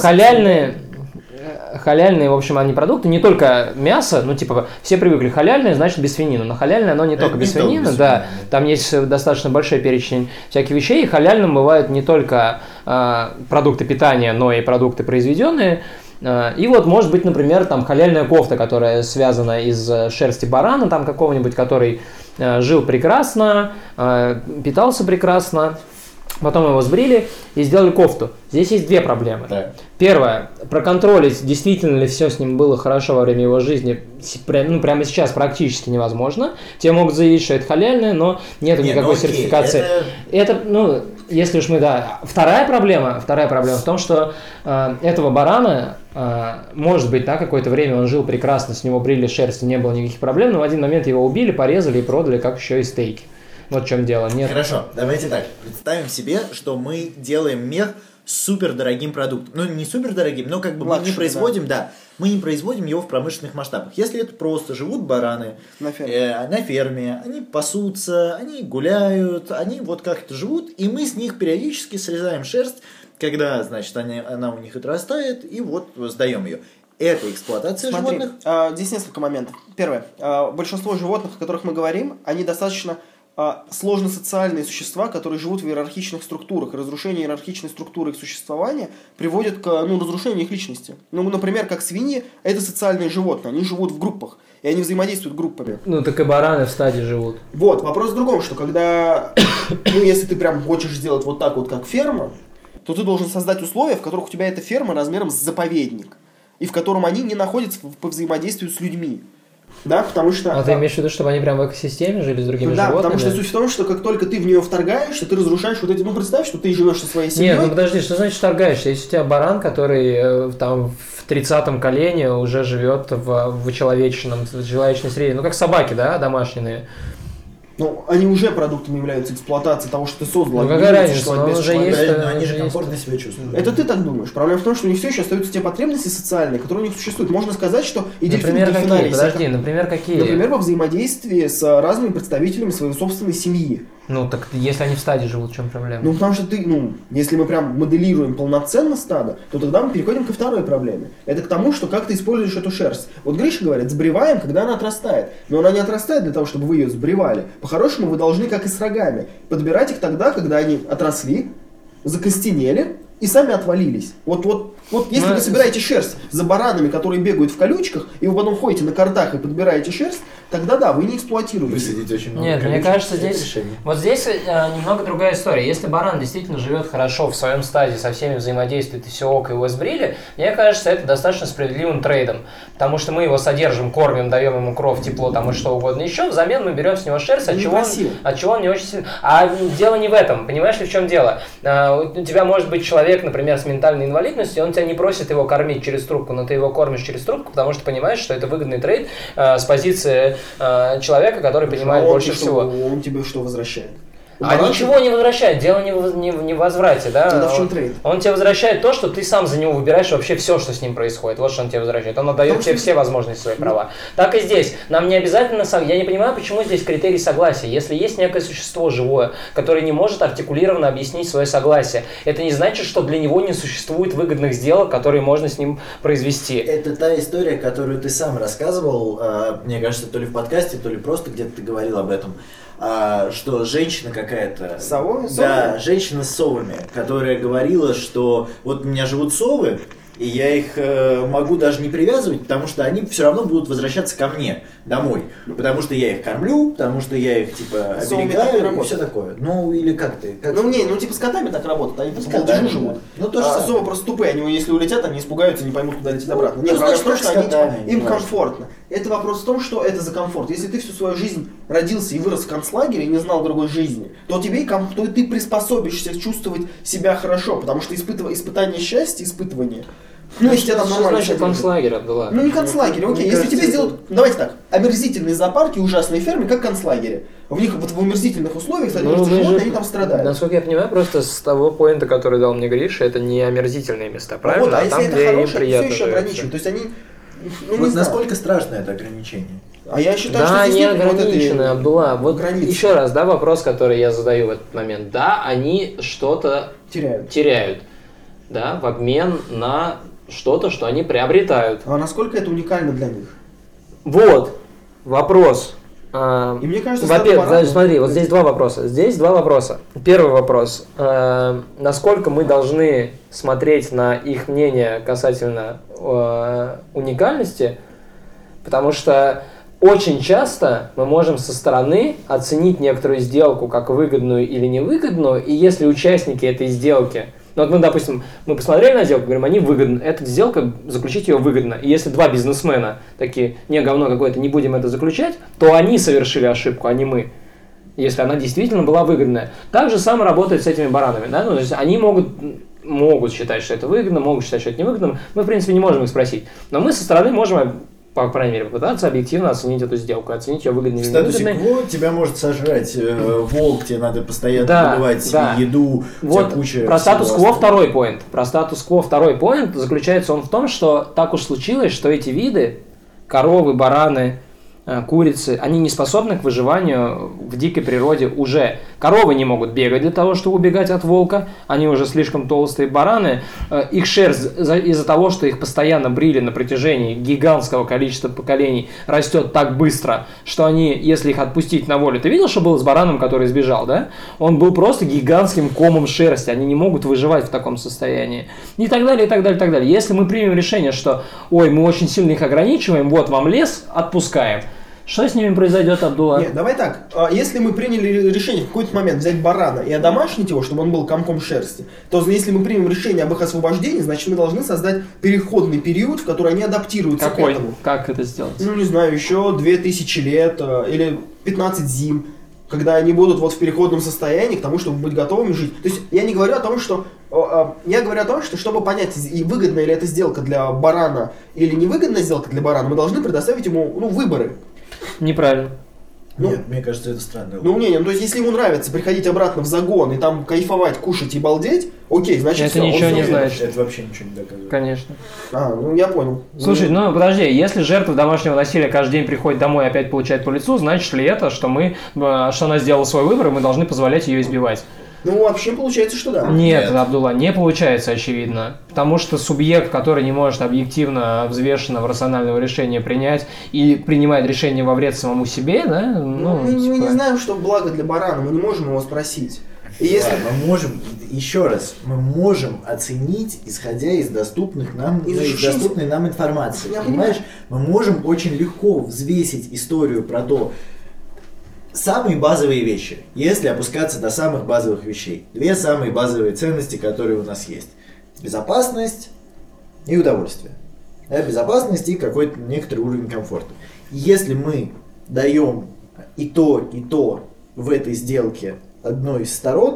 халяльные, в общем, они продукты, не только мясо, ну, типа, все привыкли халяльное, значит, без свинины. Но халяльное, оно не только без свинины, да, там есть достаточно большой перечень всяких вещей, и халяльным бывают не только продукты питания, но и продукты произведенные. И вот, может быть, например, там халяльная кофта, которая связана из шерсти барана, там какого-нибудь, который жил прекрасно, питался прекрасно. Потом его сбрили и сделали кофту. Здесь есть две проблемы. Да. Первое. Проконтролить, действительно ли все с ним было хорошо во время его жизни, прямо сейчас практически невозможно. Те могут заявить, что это халяльное, но нет никакой сертификации. Это, если уж мы, да. Вторая проблема в том, что этого барана, может быть, да, какое-то время он жил прекрасно, с него брили шерсть, не было никаких проблем, но в один момент его убили, порезали и продали, как еще и стейки. Вот в чем дело. Нет. Хорошо, давайте так. Представим себе, что мы делаем мех с супердорогим продуктом. Ну, не супердорогим, но как бы мы не производим, мы не производим его в промышленных масштабах. Если это просто живут бараны на ферме, они пасутся, они гуляют, они вот как-то живут, и мы с них периодически срезаем шерсть, когда, значит, она у них отрастает, и вот сдаем ее. Это эксплуатация животных. Здесь несколько моментов. Первое. Большинство животных, о которых мы говорим, они достаточно сложно-социальные существа, которые живут в иерархичных структурах. И разрушение иерархичной структуры их существования приводит к разрушению их личности. Ну, например, как свиньи, это социальные животные. Они живут в группах, и они взаимодействуют группами. Ну, так и бараны в стаде живут. Вот, вопрос в другом, что когда, если ты прям хочешь сделать вот так вот, как ферма, то ты должен создать условия, в которых у тебя эта ферма размером с заповедник, и в котором они не находятся по взаимодействию с людьми. Да, потому что... А ты имеешь в виду, чтобы они прям в экосистеме жили с другими животными? Да, потому что суть в том, что как только ты в нее вторгаешься, ты разрушаешь вот эти... Ну, представь, что ты живешь со своей семьей. Нет, подожди, что значит вторгаешься? Если у тебя баран, который там в 30-м колене уже живет в человечной среде, как собаки, да, домашние. Ну, они уже продуктами являются эксплуатации того, что ты создал. Ну, какая разница, но уже есть... Но они же комфортно себя чувствуют. Это ты так думаешь. Проблема в том, что у них все еще остаются те потребности социальные, которые у них существуют. Можно сказать, что и например, какие? Подожди, например, какие? Например, во взаимодействии с разными представителями своей собственной семьи. Ну, так если они в стаде живут, в чем проблема? Ну, потому что если мы прям моделируем полноценно стадо, то тогда мы переходим ко второй проблеме. Это к тому, что как ты используешь эту шерсть. Вот Гриша говорит, сбриваем, когда она отрастает. Но она не отрастает для того, чтобы вы ее сбривали. По-хорошему, вы должны, как и с рогами, подбирать их тогда, когда они отросли, закостенели и сами отвалились. Вот если вы собираете шерсть за баранами, которые бегают в колючках, и вы потом ходите на картах и подбираете шерсть, тогда да, вы не эксплуатируете. Высадить очень много. Нет, колючек, мне кажется, здесь немного другая история. Если баран действительно живет хорошо в своем стаде, со всеми взаимодействует и все ок, его сбрили, мне кажется, это достаточно справедливым трейдом. Потому что мы его содержим, кормим, даем ему кров, тепло там и что угодно еще, взамен мы берем с него шерсть, от чего он не очень сильно... А дело не в этом, понимаешь ли, в чем дело? У тебя может быть человек, например, с ментальной инвалидностью, он тебя не просит его кормить через трубку, но ты его кормишь через трубку, потому что понимаешь, что это выгодный трейд с позиции человека, который понимает больше всего. Он тебе что возвращает? Ничего не возвращает, дело не в возврате, да? Тогда в чем трейд? Он тебе возвращает то, что ты сам за него выбираешь вообще все, что с ним происходит. Вот что он тебе возвращает. Он отдает тебе все возможности, свои права. Так и здесь. Нам не обязательно... Я не понимаю, почему здесь критерий согласия. Если есть некое существо живое, которое не может артикулированно объяснить свое согласие, это не значит, что для него не существует выгодных сделок, которые можно с ним произвести. Это та история, которую ты сам рассказывал, мне кажется, то ли в подкасте, то ли просто где-то ты говорил об этом. Что женщина какая-то... Совы? Да, женщина с совами, которая говорила, что вот у меня живут совы, и я их могу даже не привязывать, потому что они все равно будут возвращаться ко мне домой. Потому что я их кормлю, потому что я их оберегаю и все такое. Ну или как ты? С котами так работают, они просто полдежу живут. Совы просто тупые, они если улетят, они испугаются, не поймут, куда лететь обратно. Нет, потому что им комфортно. это вопрос в том, что это за комфорт. Если ты всю свою жизнь родился и вырос в концлагере и не знал другой жизни, то то ты приспособишься чувствовать себя хорошо, потому что испытание счастья, испытывание. Ну, если тебя там нормально... Значит, концлагерь, Абдулла. Ну, не концлагерь, окей. Если тебе сделают... Давайте так. Омерзительные зоопарки, ужасные фермы, как концлагеря. В них вот в омерзительных условиях содержатся животные, они там страдают. Насколько я понимаю, просто с того поинта, который дал мне Гриша, это не омерзительные места, правильно? Вот, а если там, это где им хорошее, приятно все еще живется. ограничивают. То есть они... Ну, Вот не знаю. насколько страшно это ограничение? А я считаю, Да, что здесь они нет вот ограничены, этой Абдулла. Вот границы. еще раз, да, вопрос, который я задаю в этот момент. Да, они что-то теряют, да, в обмен на что-то, что они приобретают. А насколько это уникально для них? Вот, вопрос. И мне кажется, Во-первых, стало пора. смотри, вот здесь два вопроса. Первый вопрос. Насколько мы должны смотреть на их мнение касательно уникальности? Потому что очень часто мы можем со стороны оценить некоторую сделку как выгодную или невыгодную, и если участники этой сделки, ну вот мы, допустим, мы посмотрели на сделку, говорим, они выгодны, эта сделка, заключить ее выгодно. И если два бизнесмена такие, не, говно какое-то, не будем это заключать, то они совершили ошибку, а не мы. Если она действительно была выгодная. Так же самое работает с этими баранами. Да? Ну, то есть они могут считать, что это выгодно, могут считать, что это невыгодно. Мы, в принципе, не можем их спросить. Но мы со стороны можем, по крайней мере, попытаться объективно оценить эту сделку, оценить ее выгодной В Ну, статусе статусе кво тебя может сожрать волк, тебе надо постоянно добывать еду, вот куча про всего статус-кво остального. второй поинт. Про статус-кво второй поинт заключается он в том, что так уж случилось, что эти виды, коровы, бараны, курицы, они не способны к выживанию в дикой природе уже. Коровы не могут бегать для того, чтобы убегать от волка, они уже слишком толстые. Бараны, их шерсть из-за того, что их постоянно брили на протяжении гигантского количества поколений, растет так быстро, что они, если их отпустить на волю, ты видел, что было с бараном, который сбежал, да? Он был просто гигантским комом шерсти, они не могут выживать в таком состоянии. И так далее, и так далее, и так далее. Если мы примем решение, что, ой, мы очень сильно их ограничиваем, вот вам лес, отпускаем. Что с ними произойдет, Абдулла? Нет, давай так. Если мы приняли решение в какой-то момент взять барана и одомашнить его, чтобы он был комком шерсти, то если мы примем решение об их освобождении, значит мы должны создать переходный период, в который они адаптируются к этому. Как это сделать? Ну, не знаю, еще 2000 лет или 15 зим, когда они будут вот в переходном состоянии к тому, чтобы быть готовыми жить. То есть я не говорю о том, что... Я говорю о том, что чтобы понять, выгодная ли эта сделка для барана или невыгодная сделка для барана, мы должны предоставить ему выборы. Неправильно. Нет, мне кажется, это странно. Ну, то есть, если ему нравится приходить обратно в загон и там кайфовать, кушать и балдеть, окей, значит, Это все, ничего он не сделает. значит. Это вообще ничего не доказывает. Конечно. Я понял. Слушай, подожди, если жертва домашнего насилия каждый день приходит домой и опять получает по лицу, значит ли это, что она сделала свой выбор, и мы должны позволять ее избивать? Вообще получается, что да. Нет, Абдулла, не получается, очевидно. Потому что субъект, который не может объективно, взвешенно, рационального решения принять и принимает решение во вред самому себе, да? Мы не знаем, что благо для барана, мы не можем его спросить. И если... Мы можем, еще раз, мы можем оценить, исходя из доступных нам, из доступной нам информации. Понимаешь? Мы можем очень легко взвесить историю про то, самые базовые вещи, если опускаться до самых базовых вещей. Две самые базовые ценности, которые у нас есть. Безопасность и удовольствие. Безопасность и какой-то некоторый уровень комфорта. Если мы даем и то в этой сделке одной из сторон,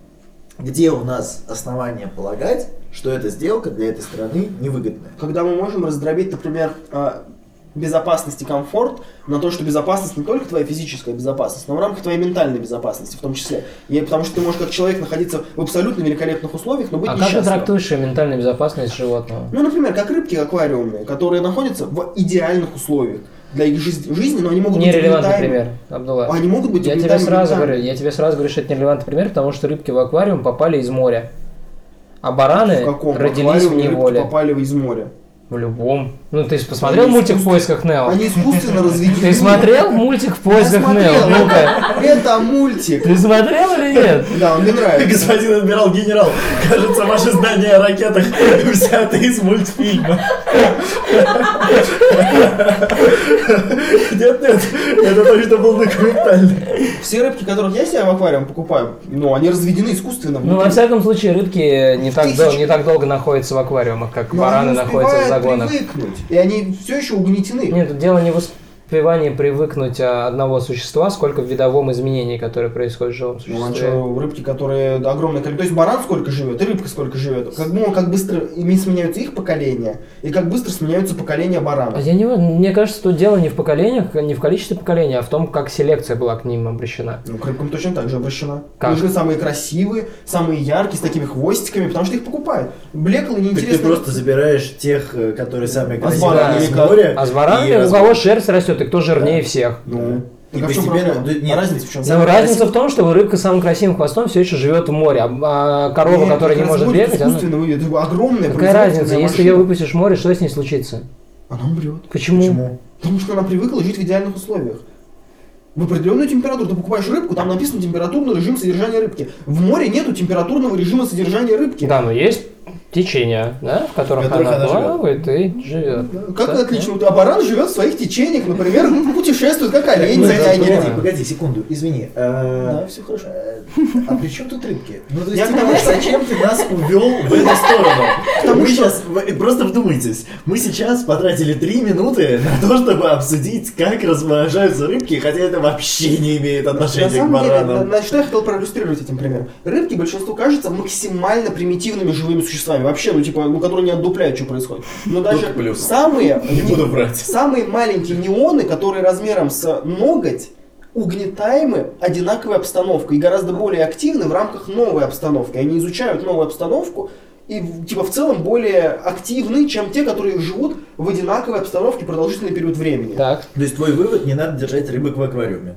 где у нас основания полагать, что эта сделка для этой страны невыгодная. Когда мы можем раздробить, например, безопасность и комфорт на то, что безопасность не только твоя физическая безопасность, но в рамках твоей ментальной безопасности в том числе. Потому что ты можешь как человек находиться в абсолютно великолепных условиях, но быть несчастным. Как ты трактуешь ментальную безопасность животного? Например, как рыбки аквариумные, которые находятся в идеальных условиях для их жизни, но они могут быть нерелевантный пример, Абдулла. Они могут быть я тебе сразу говорю, что это нерелевантный пример, потому что рыбки в аквариум попали из моря, а бараны родились в неволе. Рыбки попали из моря? В любом. Ты посмотрел мультик «В поисках Нео»? Они искусственно разведены. Ты смотрел мультик «В поисках Нео»? Ну-ка. Это мультик. Ты смотрел или нет? Да, мне нравится. Господин адмирал-генерал, кажется, ваши знания о ракетах взяты из мультфильма. Нет, это точно был документальный. Все рыбки, которых я себе в аквариум покупаю, они разведены искусственно. Во всяком случае, рыбки не так долго находятся в аквариумах, как бараны находятся в загонах. привыкнуть, и они все еще угнетены. Нет, тут дело не в успевании привыкнуть одного существа, сколько в видовом изменении, которое происходит в живом существе. Ну, рыбки, которые огромное количество. То есть баран сколько живет, и рыбка сколько живет. Как быстро ими сменяются их поколения, и как быстро сменяются поколения баранов. Мне кажется, тут дело не в поколениях, не в количестве поколений, а в том, как селекция была к ним обращена. Ну, к рыбкам точно так же обращена. Как? Нужны самые красивые, самые яркие, с такими хвостиками, потому что их покупают. Блеклые, Так неинтересные. ты просто забираешь тех, которые самые А с красивые баранами из как? моря. А с баранами и у кого шерсть растет, и кто жирнее всех. Ну, И так а в чем постепенно- проблема? Нет, Разница в чем? Ну, разница в том, что рыбка с самым красивым хвостом все еще живет в море, а корова, Нет, которая не так может разводят бегать, она... искусственно выведут. Это огромная Какая разница, производственная если машина. ее выпустишь в море, что с ней случится? Она умрет. Почему? Потому что она привыкла жить в идеальных условиях. В определенную температуру. Ты покупаешь рыбку, там написано температурный режим содержания рыбки. В море нету температурного режима содержания рыбки. Да, но есть течения, да, в которых она плавает и живет. Как Да, отлично. А баран живет в своих течениях, например, путешествует как олень, затягивает. Погоди, секунду, извини. Да, все хорошо. А при чем тут рыбки? Ну, то Я есть, потому что- зачем ты нас увел в эту сторону? Потому Мы что- сейчас, просто вдумайтесь, мы сейчас потратили 3 минуты на то, чтобы обсудить, как размножаются рыбки, хотя это вообще не имеет На отношения к самом деле, баранам. что я хотел проиллюстрировать этим примером? Рыбки большинству кажутся максимально примитивными живыми существами. Вообще, которые не отдупляют, что происходит. Но даже плюс. самые... Не буду врать. Самые маленькие неоны, которые размером с ноготь, угнетаемы одинаковой обстановкой и гораздо более активны в рамках новой обстановки. Они изучают новую обстановку и в целом более активны, чем те, которые живут в одинаковой обстановке продолжительный период времени. Так. То есть твой вывод, не надо держать рыбок в аквариуме.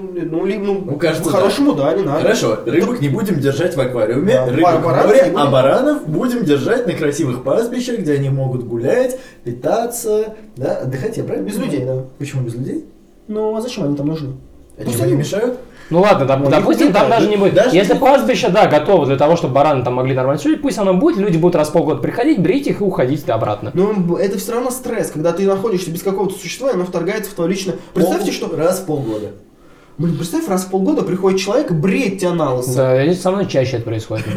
Кажется, Кажется, по-хорошему, да, не надо. Хорошо, рыбок не будем держать в аквариуме, Да, рыбок в баранов море, не будем. а баранов будем держать на красивых пастбищах, где они могут гулять, питаться, да, отдыхать, я правильно? Без людей, да. Почему без людей? Ну, а зачем они там нужны? Они не мешают? Ну ладно, допустим, там даже не будет. даже Если не- пастбище, да, готово для того, чтобы бараны там могли нормально жить, пусть оно будет, люди будут раз в полгода приходить, брить их и уходить обратно. Но это все равно стресс, когда ты находишься без какого-то существа, и оно вторгается в твое личное... Представьте, что... Раз в полгода. Блин, представь, раз в полгода приходит человек и бреет тебя на лысо. Да, и со мной чаще это происходит.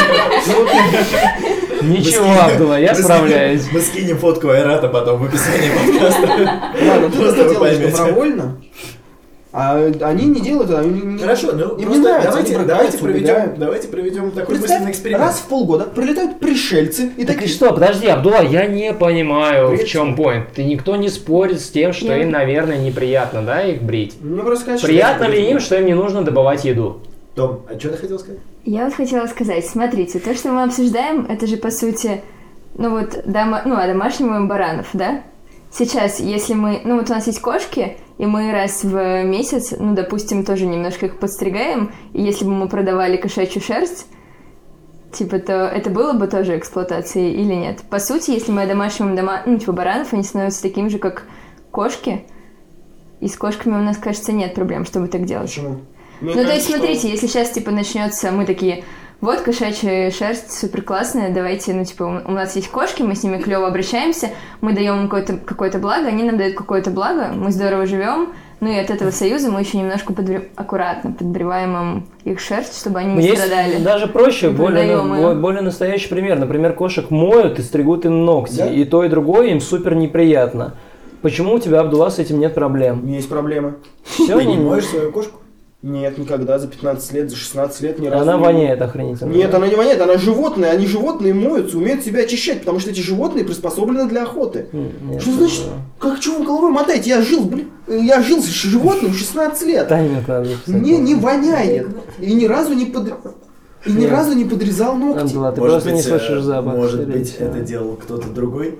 Ну, Ничего, Абдулла, я справляюсь. Мы скинем фотку Айрата потом в описании подкаста. Ладно, ты Просто это вы делаешь поймете. добровольно, а они не делают это. Хорошо, ну им не просто нравится, давайте, они давайте, бросаются, убегают. давайте проведем такой Представь, быстрый эксперимент. раз в полгода прилетают пришельцы и Так и такие... что, подожди, Абдулла, я не понимаю, в Брить? чем поинт. И никто не спорит с тем, что Нет. им, наверное, неприятно, да, их брить. Ну, просто сказать, что Приятно это ли им, будет. что им не нужно добывать еду? Том, а что ты хотел сказать? Я вот хотела сказать, смотрите, то, что мы обсуждаем, это же по сути, о домашнем баранов, да? Сейчас, если мы, у нас есть кошки, и мы раз в месяц, допустим, тоже немножко их подстригаем, и если бы мы продавали кошачью шерсть, то это было бы тоже эксплуатацией или нет? По сути, если мы домашним баранов, они становятся такими же, как кошки, и с кошками у нас, кажется, нет проблем, чтобы так делать. Почему? То есть, смотрите, если сейчас, начнется, мы такие, вот кошачья шерсть супер классная, давайте, у нас есть кошки, мы с ними клево обращаемся, мы даем им какое-то благо, они нам дают какое-то благо, мы здорово живем, и от этого союза мы еще немножко аккуратно подбриваем им их шерсть, чтобы они не страдали. Есть даже проще, Продаем её. более настоящий пример. Например, кошек моют и стригут им ногти, Да? и то, и другое им супер неприятно. Почему у тебя, Абдулла, с этим нет проблем? Есть проблемы. Все, Ты не моешь свою кошку? Нет, никогда, за 15 лет, за 16 лет ни разу. она не воняет охренительно. Нет, она не воняет, она животное, они животные моются, умеют себя очищать, потому что эти животные приспособлены для охоты. Нет, Что значит? Как чего вы головой мотаете? Я жил с животным 16 лет. Тайминг надо записать. Мне не воняет. И ни разу не подрезал ногти. Абдулла, ты Может просто не быть, слышишь запах. Может скорее быть, всего. это делал кто-то другой?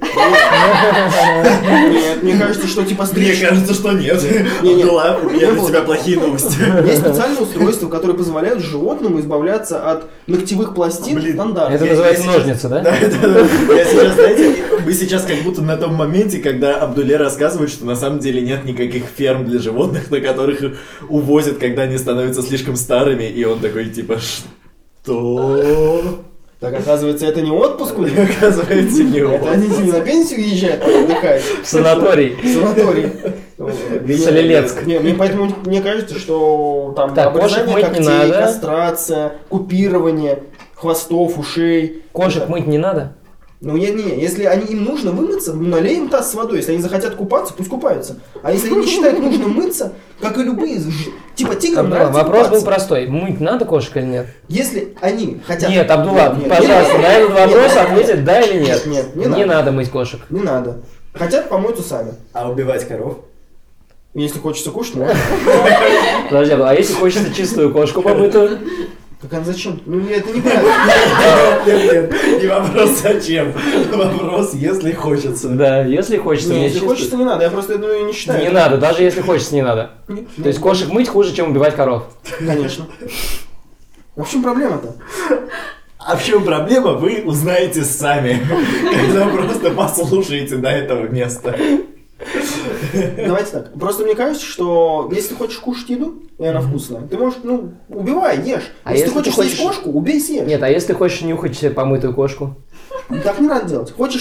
Нет, мне кажется, что типа Мне стричь. кажется, что нет. Не-не. Абдулла, у меня Не для было. тебя плохие новости. Есть специальные устройства, которые позволяют животному избавляться от ногтевых пластин Блин, стандартно. Это Я называется сейчас- ножницы, да? Да, я сейчас, знаете, мы сейчас как будто на том моменте, когда Абдулле рассказывает, что на самом деле нет никаких ферм для животных, на которых их увозят, когда они становятся слишком старыми, и он такой типа, что? Так, оказывается, это не отпуск у них? Оказывается, не Это он. они не на пенсию езжают, а отдыхать. В санаторий. В санаторий. Солилецк. Поэтому мне кажется, что там Так, кошек обрезание мыть не когтей, надо. кастрация, купирование хвостов, ушей. Кошек мыть не надо? Ну, если им нужно вымыться, налеем таз с водой. Если они захотят купаться, пусть купаются. А если они не считают нужным мыться, как и любые, типа тиграм нравится Вопрос купаться. был простой. Мыть надо кошек или нет? Если они хотят... Нет, Абдулла, Нет, пожалуйста, нет, на этот вопрос нет, ответить да или нет. Нет, не надо мыть кошек. Не надо. Хотят, помоются сами. А убивать коров? Если хочется кушать, можно. Подожди, а если хочется чистую кошку помытую? Так а зачем? Ну, это неправильно. Нет, не вопрос зачем. Вопрос, если хочется. Да, если хочется. Нет, мне если чистую. хочется, не надо. Я просто не считаю. Не надо, даже если хочется, не надо. То есть кошек мыть хуже, чем убивать коров. Конечно. А в чем проблема-то? А в чем проблема, вы узнаете сами, когда просто послушаете до этого места. Давайте так. Просто мне кажется, что если ты хочешь кушать еду, и она вкусная, ты можешь, убивай, ешь. А Если ты если ты хочешь съесть хочешь- кошку, убей, съешь. Нет, а если ты хочешь нюхать себе помытую кошку? Так не надо делать. Хочешь,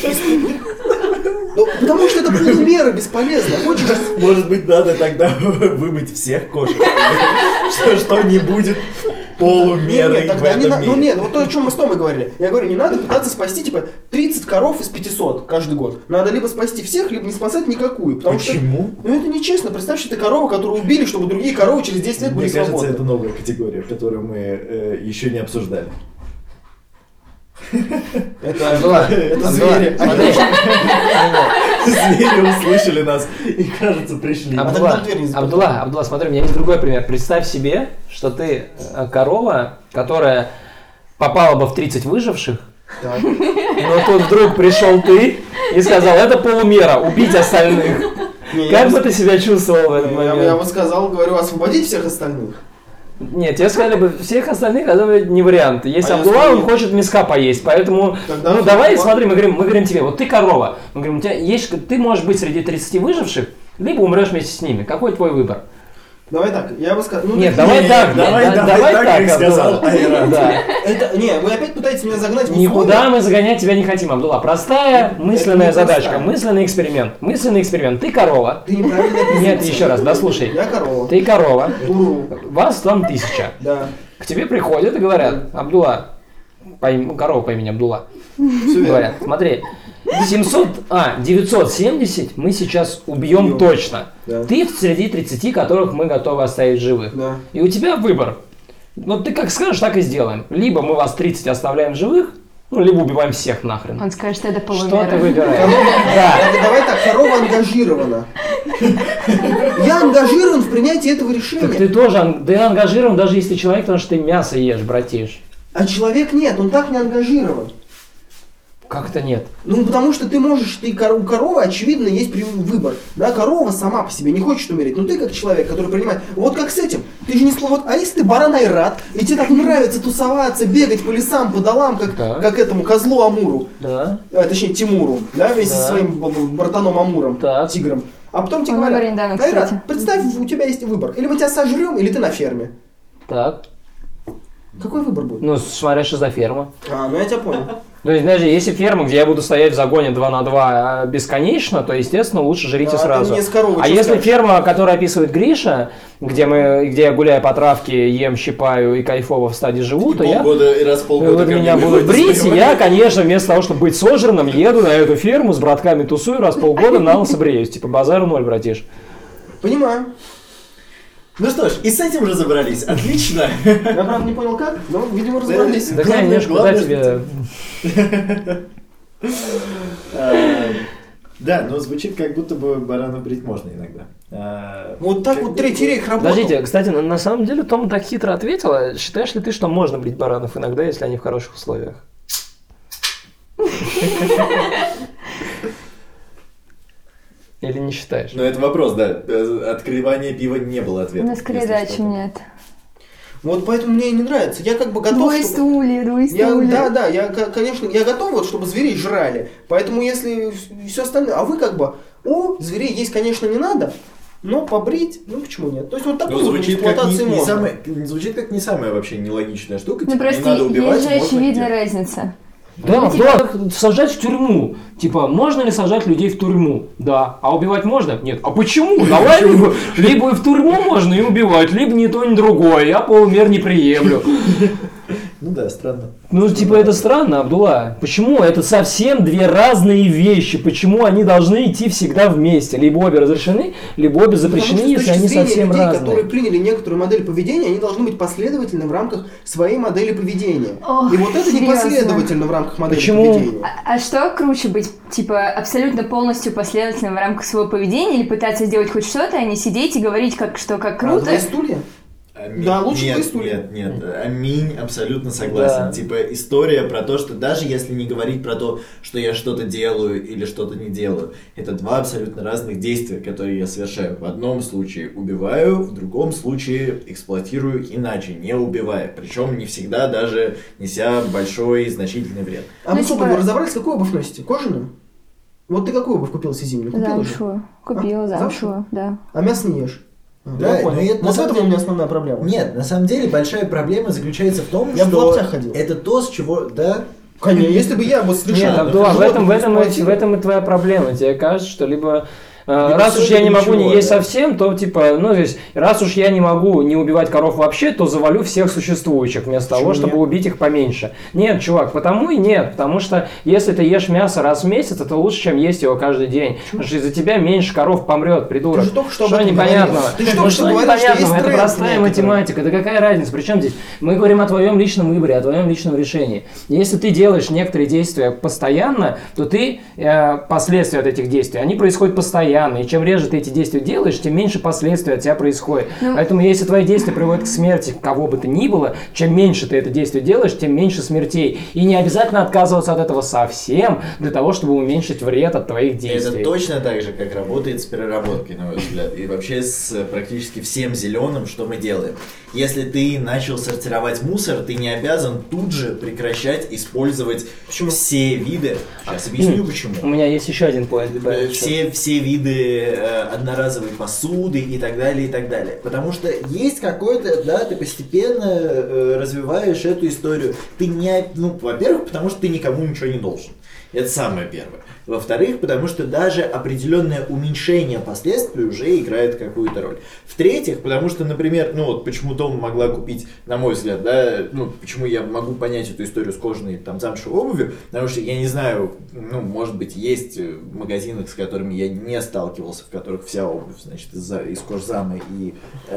потому что это полумера бесполезно. Хочешь, Может быть, надо тогда вымыть всех кошек, что не будет полумерой в тогда не этом надо. Ну мире. нет, вот то, о чем мы с Томой говорили. Я говорю, не надо пытаться спасти, 30 коров из 500 каждый год. Надо либо спасти всех, либо не спасать никакую. Потому Почему? что, это нечестно. Представь, что ты корова, которую убили, чтобы другие коровы через 10 лет были Мне кажется, свободны. это новая категория, которую мы еще не обсуждали. Это Абдулла, звери. смотри. Звери услышали нас и, кажется, пришли. тогда дверь не запомнил. Абдулла, смотри, у меня есть другой пример. Представь себе, что ты корова, которая попала бы в 30 выживших, Так. но тут вдруг пришел ты и сказал, это полумера, убить остальных. Не, Как бы ты себя чувствовал в этот я момент? бы сказал, говорю, освободить всех остальных. Нет, тебе сказали бы, всех остальных, это не вариант. Есть А я Абдулла, он сказал- хочет мяска поесть, поэтому, Тогда давай, Абдулла- смотри, мы говорим тебе, вот ты корова, мы говорим, у тебя есть, ты можешь быть среди 30 выживших, либо умрешь вместе с ними. Какой твой выбор? Давай так, я бы сказал... Нет, давай так, давай так, как сказал Абдулла. Айрат. Да. вы опять пытаетесь меня загнать в Никуда условия. мы загонять тебя не хотим, Абдулла. Простая мысленная не задачка, простая. мысленный эксперимент. Ты корова. Ты неправильно это Нет, сделал. еще раз, дослушай. Я корова. Ты корова. Туру. Вас там 1000. Да. К тебе приходят и говорят, Абдулла, корова по имени Абдулла. Все Говорят, смотри, 970 мы сейчас убьем точно. Да. Ты среди 30, которых мы готовы оставить живых. Да. И у тебя выбор. Ну, ты как скажешь, так и сделаем. Либо мы вас 30 оставляем живых, либо убиваем всех нахрен. Он скажет, что это Что полумера. ты выбираешь? Да. Давай так, корова ангажирована. Я ангажирован в принятии этого решения. Так ты тоже ты ангажирован, даже если человек, потому что ты мясо ешь, братиш. А человек нет, он так не ангажирован. Как это нет? Ну, потому что ты можешь, у коровы, очевидно, есть выбор. Да, корова сама по себе не хочет умереть. Но ты как человек, который принимает... Вот как с этим. Ты же не слово... А если ты баран Айрат, и тебе так нравится тусоваться, бегать по лесам, по долам, Да. как этому козлу Амуру. Да. Точнее, Тимуру. Да, вместе Да. со своим братаном Амуром, Так. тигром. А потом тебе Он говорят, говорит недавно, кстати. Айрат, представь, у тебя есть выбор. Или мы тебя сожрем, или ты на ферме. Так. Какой выбор будет? Ну, смотря что за ферма. Ну я тебя понял. То есть, даже если ферма, где я буду стоять в загоне 2 на 2 бесконечно, то, естественно, лучше жрите А ты сразу. мне с коровой А что если скажешь? ферма, которую описывает Гриша, где я гуляю по травке, ем, щипаю и кайфово в стаде живу, то я... И раз в полгода Вот ко меня мне будут приходит брить, и снимать. я, конечно, вместо того, чтобы быть сожранным, еду на эту ферму, с братками тусую, раз в полгода на лысо бреюсь. Типа, базару ноль, братиш. Понимаю. Ну что ж, и с этим разобрались. Отлично. Я, правда, не понял как, но, видимо, разобрались. Да, Главное- конечно, куда главное, тебе... Да, но звучит, как будто бы барана брить можно иногда. Вот так вот третий рейх работал. Подождите, кстати, на самом деле Том так хитро ответила. Считаешь ли ты, что можно брить баранов иногда, если они в хороших условиях? Или не считаешь? Ну, это вопрос, да. Открывание пива не было ответом. Ну, скорее если да, что. чем нет. Вот поэтому мне и не нравится. Я как бы готов, Двое чтобы... стулья. Да, я, конечно, я готов, вот, чтобы зверей жрали. Поэтому если все остальное... А вы как бы, зверей есть, конечно, не надо, но побрить, почему нет? То есть вот такой Ну, вот звучит как эксплуатации можно. звучит как не самая вообще нелогичная штука. Ну типа, просто не надо убивать, есть же можно очевидная делать. разница. Да, как сажать в тюрьму. Типа, можно ли сажать людей в тюрьму? Да. А убивать можно? Нет. А почему? Давай либо и в тюрьму можно и убивать, либо ни то, ни другое. Я полумер не приемлю. Ну да, странно. Ну, типа, это странно, Абдулла. Почему? Это совсем две разные вещи. Почему они должны идти всегда вместе? Либо обе разрешены, либо обе запрещены, если они совсем людей, разные. которые приняли некоторую модель поведения, они должны быть последовательны в рамках своей модели поведения. Ох, и вот это серьезно? непоследовательно в рамках модели Почему? поведения. А что круче быть, типа, абсолютно полностью последовательным в рамках своего поведения или пытаться сделать хоть что-то, а не сидеть и говорить, как круто? Две стулья? Да, лучше нет, твои стулья. Нет, аминь, абсолютно согласен. Да. Типа история про то, что даже если не говорить про то, что я что-то делаю или что-то не делаю, это два абсолютно разных действия, которые я совершаю. В одном случае убиваю, в другом случае эксплуатирую иначе, не убивая. Причем не всегда даже неся большой и значительный вред. А вы Ну, сколько, типа- вы разобрались, какую обувь носите? Кожаную? Вот ты какую обувь купила себе зимнюю? Купила уже? Замшевую. Купила замшевую, да. А мясо не ешь? Да, Я понял. но это на Вот в самом этом деле- у меня основная проблема. Нет, на самом деле большая проблема заключается в том, Я в что лаптях ходил. это то, с чего, да, Конечно, если бы я вот Нет, совершенно... Абдулла, в этом эксплуатировал. и твоя проблема. Тебе кажется, что либо Либо раз всё, уж я либо не могу ничего, не есть да. совсем, то типа, ну, то есть, раз уж я не могу не убивать коров вообще, то завалю всех существующих, вместо того, Почему чтобы нет? убить их поменьше. Нет, чувак, потому и нет. Потому что если ты ешь мясо раз в месяц, это лучше, чем есть его каждый день. Потому что из-за тебя меньше коров помрет, придурок. Ты же только что об Что этом непонятного? говорил. Ты же Ну, только что говорил, что непонятного? есть Это тренд простая некоторый. математика. Да какая разница? Причем здесь? Мы говорим о твоем личном выборе, о твоем личном решении. Если ты делаешь некоторые действия постоянно, то ты последствия от этих действий, они происходят постоянно. И чем реже ты эти действия делаешь, тем меньше последствий от тебя происходит. Поэтому если твои действия приводят к смерти кого бы то ни было, чем меньше ты это действие делаешь, тем меньше смертей. И не обязательно отказываться от этого совсем для того, чтобы уменьшить вред от твоих действий. это точно так же, как работает с переработкой, на мой взгляд, и вообще с практически всем зеленым, что мы делаем. Если ты начал сортировать мусор, ты не обязан тут же прекращать использовать все виды. Сейчас объясню почему. У меня есть еще один поинт. Все виды одноразовой посуды и так далее, и так далее. Потому что есть какой-то, да, ты постепенно развиваешь эту историю. Ты не, ну, во-первых, потому что ты никому ничего не должен. Это самое первое. Во-вторых, потому что даже определенное уменьшение последствий уже играет какую-то роль. В-третьих, потому что, например, ну вот почему Тома могла купить, на мой взгляд, да, ну почему я могу понять эту историю с кожаной там замшевой обувью, потому что я не знаю, ну может быть есть магазины, с которыми я не сталкивался, в которых вся обувь, значит, из кожзама и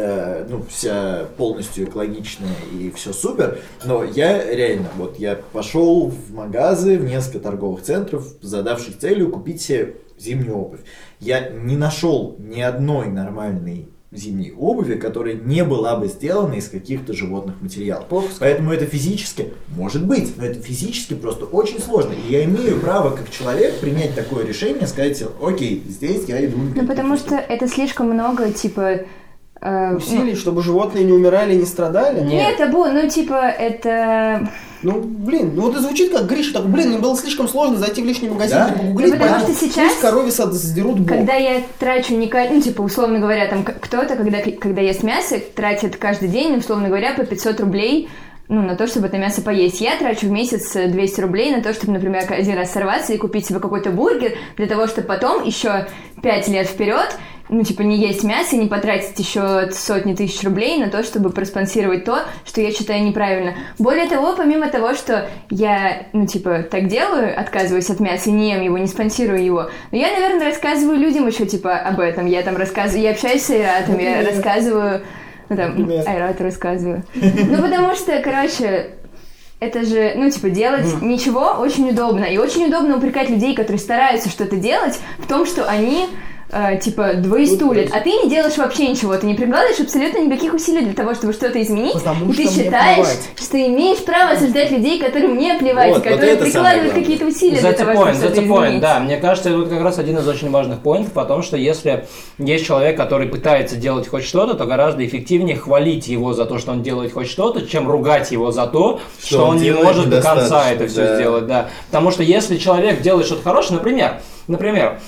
ну вся полностью экологичная и все супер, но я реально, вот я пошел в магазы, в несколько торговых центров, задавшись целью купить себе зимнюю обувь. Я не нашел ни одной нормальной зимней обуви, которая не была бы сделана из каких-то животных материалов. Поэтому это физически, может быть, но это физически просто очень сложно. И я имею право, как человек, принять такое решение, сказать, окей, здесь я иду. Ну, потому что это слишком много, типа... Усилий, чтобы животные не умирали и не страдали? Нет, Абу, ну, типа, это... Ну, блин, ну вот это звучит как Гриша, так, блин, мне было слишком сложно зайти в лишний магазин, Да? и погуглить, Ну, потому поэтому что сейчас, пусть корове сдерут бок. Когда я трачу ну, типа, условно говоря, там, кто-то, когда ест мясо, тратит каждый день, условно говоря, по 500 рублей, ну, на то, чтобы это мясо поесть. Я трачу в месяц 200 рублей на то, чтобы, например, один раз сорваться и купить себе какой-то бургер, для того, чтобы потом еще 5 лет вперед, ну, типа, не есть мясо и не потратить еще сотни тысяч рублей на то, чтобы проспонсировать то, что я считаю неправильно. Более того, помимо того, что я, ну, типа, так делаю, отказываюсь от мяса, не ем его, не спонсирую его, но я, наверное, рассказываю людям еще, типа, об этом. Я там рассказываю, я общаюсь с Айратом, я рассказываю, ну, там, Айрату рассказываю. Ну, потому что, короче... Это же, ну, типа, делать ничего очень удобно. И очень удобно упрекать людей, которые стараются что-то делать, в том, что они, типа, двоестулят. А ты не делаешь вообще ничего. Ты не прикладываешь абсолютно никаких усилий для того, чтобы что-то изменить. Потому и ты что мне считаешь, плевать. что имеешь право осуждать людей, которым не плевать, Вот, которые вот это самое прикладывают главное. какие-то усилия для того, чтобы что-то изменить. Да, мне кажется, это вот как раз один из очень важных поинтов о том, что если есть человек, который пытается делать хоть что-то, то гораздо эффективнее хвалить его за то, что он делает хоть что-то, чем ругать его за то, что он не делает может до конца это недостаточно, все да. сделать. Да. Потому что если человек делает что-то хорошее, например,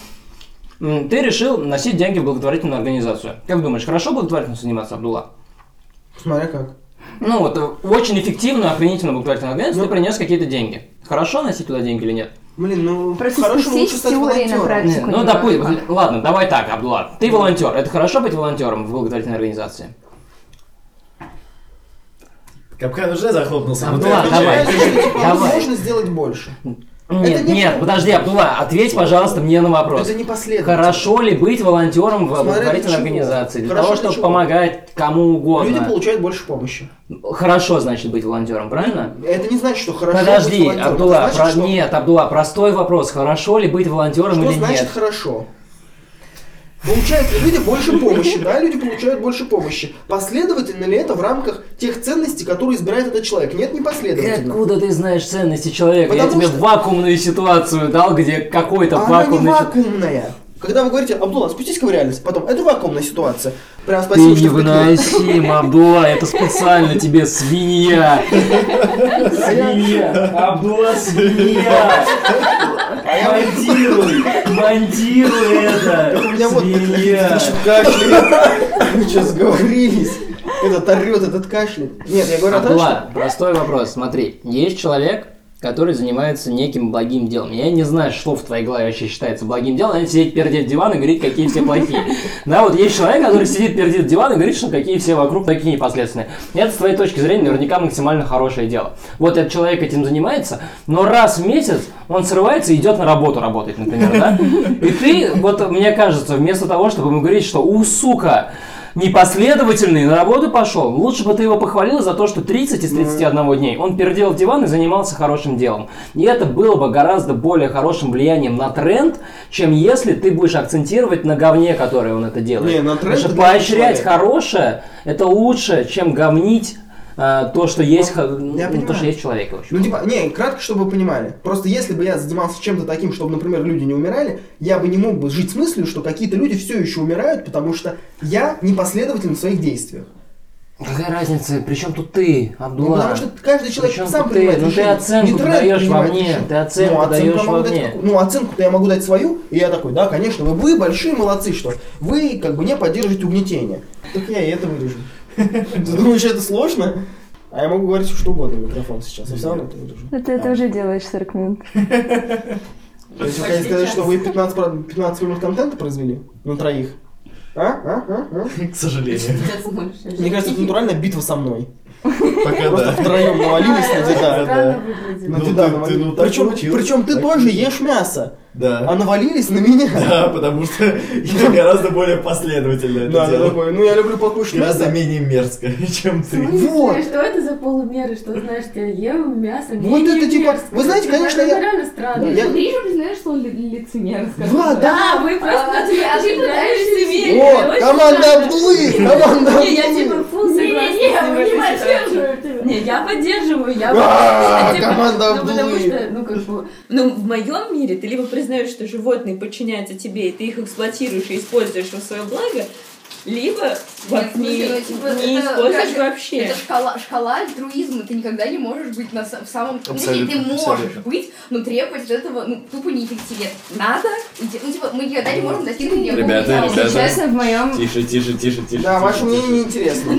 ты решил носить деньги в благотворительную организацию. Как думаешь, хорошо благотворительностью заниматься, Абдулла? Смотря как. Ну вот, очень эффективную, охренительную благотворительную организацию, ты принес какие-то деньги. Хорошо носить туда деньги или нет? Блин, ну, Просто хорошему лучше спустить стать теории на волонтером. практику. Ну, немножко. допустим, ладно, давай так, Абдулла. Ты волонтер. Это хорошо быть волонтером в благотворительной организации? Капкан уже захлопнулся. Абдулла, давай. Можно сделать больше. Нет, подожди, Абдулла, ответь, пожалуйста, мне на вопрос. Это не последовательно. Хорошо ли быть волонтером в благотворительной организации? Для того, чтобы помогать кому угодно. Люди получают больше помощи. Хорошо, значит, быть волонтером, правильно? Это не значит, что хорошо Подожди, быть волонтером. Абдулла, Значит, что... нет, Абдулла, простой вопрос. Хорошо ли быть волонтером что или нет? Что значит хорошо? Получают ли люди больше помощи? Да, люди получают больше помощи. Последовательно ли это в рамках тех ценностей, которые избирает этот человек? Нет, не последовательно. Откуда ты знаешь ценности человека? Потому Я тебе что... вакуумную ситуацию дал, где какой-то вакуумный... Она не вакуумная. Когда вы говорите, Абдулла, спустись-ка в реальность, потом, это вакуумная ситуация. Прям Ты спасибо, что невыносим, Абдулла, это специально тебе свинья. Свинья, Абдулла, свинья. Монтируй это. У меня вот свинья. кашляет. Мы что, сговорились? Этот орёт, этот кашляет. Нет, я говорю о том, что... Абдулла, простой вопрос, смотри. Есть человек, который занимается неким благим делом. Я не знаю, что в твоей голове вообще считается благим делом. Надо сидеть, пердеть в диван и говорить, какие все плохие. Да, вот есть человек, который сидит, пердит в диван и говорит, что какие все вокруг такие непоследственные. Это, с твоей точки зрения, наверняка максимально хорошее дело. Вот этот человек этим занимается, но раз в месяц он срывается и идет на работу работать, например, да? И ты, вот мне кажется, вместо того, чтобы ему говорить, что сука, непоследовательный, на работу пошел. Лучше бы ты его похвалил за то, что 30 из 31 дней он пердел в диван и занимался хорошим делом. И это было бы гораздо более хорошим влиянием на тренд, чем если ты будешь акцентировать на говне, который он это делает. Не, на тренд. Потому что поощрять хорошее, это лучше, чем говнить то, что есть, то, что есть в человеке. В общем. Ну, типа, не, кратко, чтобы вы понимали. Просто если бы я занимался чем-то таким, чтобы, например, люди не умирали, я бы не мог бы жить с мыслью, что какие-то люди все еще умирают, потому что я непоследователен в своих действиях. Какая разница? Причем тут ты, Абдулла? Ну, потому что каждый человек Причем сам тут принимает ты? Ну, ты решение. оценку даешь вовне. Ты оценку даешь вовне. Ну, оценку-то я могу дать свою, и я такой, да, конечно, вы большие молодцы, что вы как бы не поддерживаете угнетение. Так я и это вырежу. Ты думаешь, это сложно? А я могу говорить что угодно в микрофон сейчас, я все равно это вырежу. Это уже делаешь 40 минут. То есть вы хотите сказать, что вы 15 минут контента произвели? На троих? К сожалению. Мне кажется, это натуральная битва со мной. Пока Просто да. втроем навалились на деда. Да. На Ну, деда ты- навалились. ну, так получилось. Причем ты Так тоже получилось. ешь мясо, Да. а навалились на меня. Да, потому что я гораздо более последовательно это Да, да, делаю. такой, ну я люблю покушать Гораздо мясо. менее мерзко, чем ты. Вот. Что это за полумеры, что, знаешь, я ем мясо, Вот это типа, вы знаете, конечно, это я... реально странно. Я- Андрей же признаешь, что он лицемер, скажем Да, так. да. Вы просто ты пытаешься лицемерие. Вот, Очень команда странно. Абдулы, команда Не, я Абдулы. типа фул согласна Не-не-не, с ним в вы не этой ситуации. поддерживаете. Не, я поддерживаю, я А, типа, команда ну, потому Абдулы. что, ну, как бы, ну, в моем мире ты либо признаешь, что животные подчиняются тебе, и ты их эксплуатируешь и используешь во свое благо, либо вот, не используешь вообще. Это шкала альтруизма. Ты никогда не можешь быть в самом... Абсолютно, Ты можешь абсолютно. быть, но требовать от этого, ну, тупо неэффективно. Надо, ну, типа, мы никогда не можем достигнуть никакого Ребята, идеала. ребята. Честно, в моем... Тише. Да, ваше мнение неинтересно.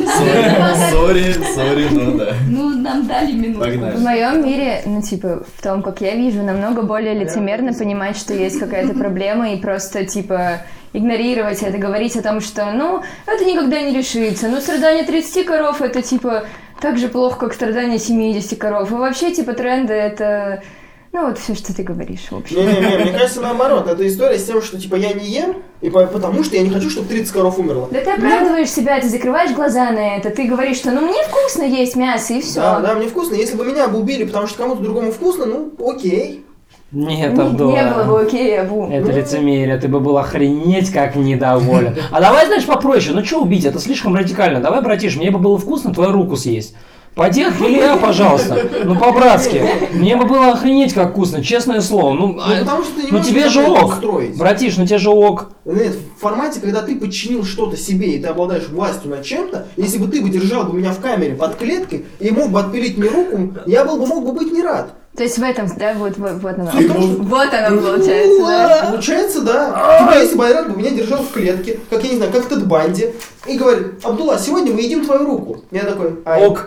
Сори, но да. Ну, нам дали минуту. Погнали. В моем мире, ну, типа, в том, как я вижу, намного более лицемерно понимать, что есть какая-то проблема и просто, типа, игнорировать это, говорить о том, что, ну, это никогда не решится, ну, страдание 30 коров, это, типа, так же плохо, как страдание 70 коров, и вообще, типа, тренды, это, ну, вот все, что ты говоришь, в общем. Не-не-не, мне кажется, наоборот, это история с тем, что, типа, я не ем, и потому что я не хочу, чтобы 30 коров умерло. Да ты оправдываешь себя, ты закрываешь глаза на это, ты говоришь, что, ну, мне вкусно есть мясо, и все. Да, мне вкусно. Если бы меня бы убили, потому что кому-то другому вкусно, ну, окей. Нет, Не было Абдулла. бы окей, Абу. Это лицемерие, ты бы был охренеть как недоволен. А давай, знаешь, попроще, ну что убить, это слишком радикально. Давай, братиш, мне бы было вкусно твою руку съесть. Пойди отпили, пожалуйста. Ну, по-братски. Мне бы было охренеть как вкусно, честное слово. Ну, потому что ты не ну можешь тебе же такое ок. устроить. Братиш, ну тебе же ок. Нет, в формате, когда ты подчинил что-то себе, и ты обладаешь властью над чем-то, если бы ты бы держал бы меня в камере под клеткой и мог бы отпилить мне руку, я мог бы быть не рад. То есть в этом, да, вот оно. мог- Вот оно получается, да. Получается, да. Типа, если бы Айрат бы меня держал в клетке, как, я не знаю, как Тед Банди, и говорит, Абдулла, сегодня мы едим твою руку. Я такой, ай. Ок.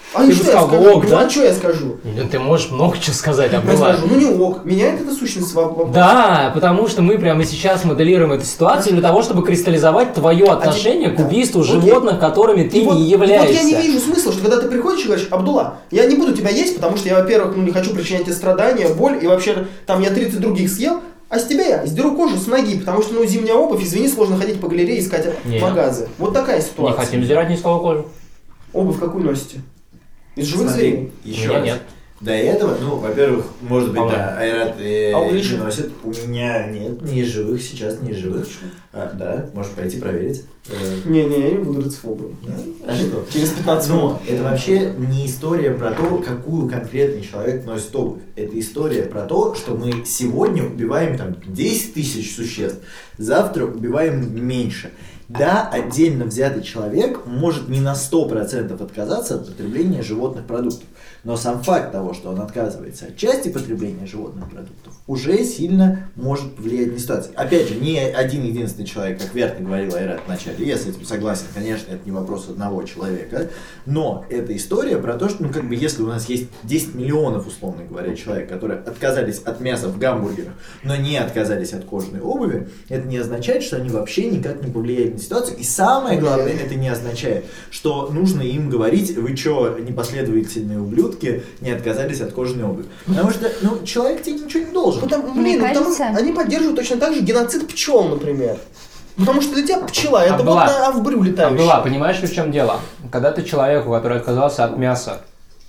А Ты бы что я сказал, скажу? ок, Ну, да? а что я скажу? Ты можешь много чего сказать, Я Абдулла. скажу, ну не ок. Меняет эта сущность вопрос. Да, потому что мы прямо сейчас моделируем эту ситуацию для того, чтобы кристаллизовать твое отношение к убийству животных, которыми ты Вот- не Вот являешься. я не вижу смысла, что когда ты приходишь и говоришь: Абдулла, я не буду тебя есть, потому что я, во-первых, не хочу причинять тебе страдания, боль, и вообще там я 30 других съел, а с тебя я сдеру кожу с ноги, потому что, зимняя обувь, извини, сложно ходить по галерее и искать Нет. магазы. Вот такая Не ситуация. хотим сдирать ни с кого кожу. Обувь какую носите? Из живых Смотри, зверей? еще Меня раз. нет. До этого, во-первых, может быть, А да, Айрат А у Гриши? не носит. У меня нет, не из живых, сейчас не из живых. Да, можешь пойти проверить. Не-не, я не буду рыться в обуви. А что? Через 15 минут. Но это вообще не история про то, какую конкретный человек носит обувь. Это история про то, что мы сегодня убиваем там 10 тысяч существ, завтра убиваем меньше. Да, отдельно взятый человек может не на 100% отказаться от потребления животных продуктов, но сам факт того, что он отказывается от части потребления животных продуктов, уже сильно может повлиять на ситуацию. Опять же, не один единственный человек, как верно говорил Айрат в начале, я с этим согласен, конечно, это не вопрос одного человека, но это история про то, что, если у нас есть 10 миллионов, условно говоря, человек, которые отказались от мяса в гамбургерах, но не отказались от кожаной обуви, это не означает, что они вообще никак не повлияют на ситуацию. И самое главное, это не означает, что нужно им говорить: вы что, непоследовательные ублюдки, не отказались от кожаной обуви. Потому что, человек тебе ничего не должен. Мне кажется- Они поддерживают точно так же геноцид пчел, например. Потому что для тебя пчела, это Абдулла. вот на овбрю летающая. Абдулла, понимаешь ли, в чем дело? Когда ты человеку, который отказался от мяса,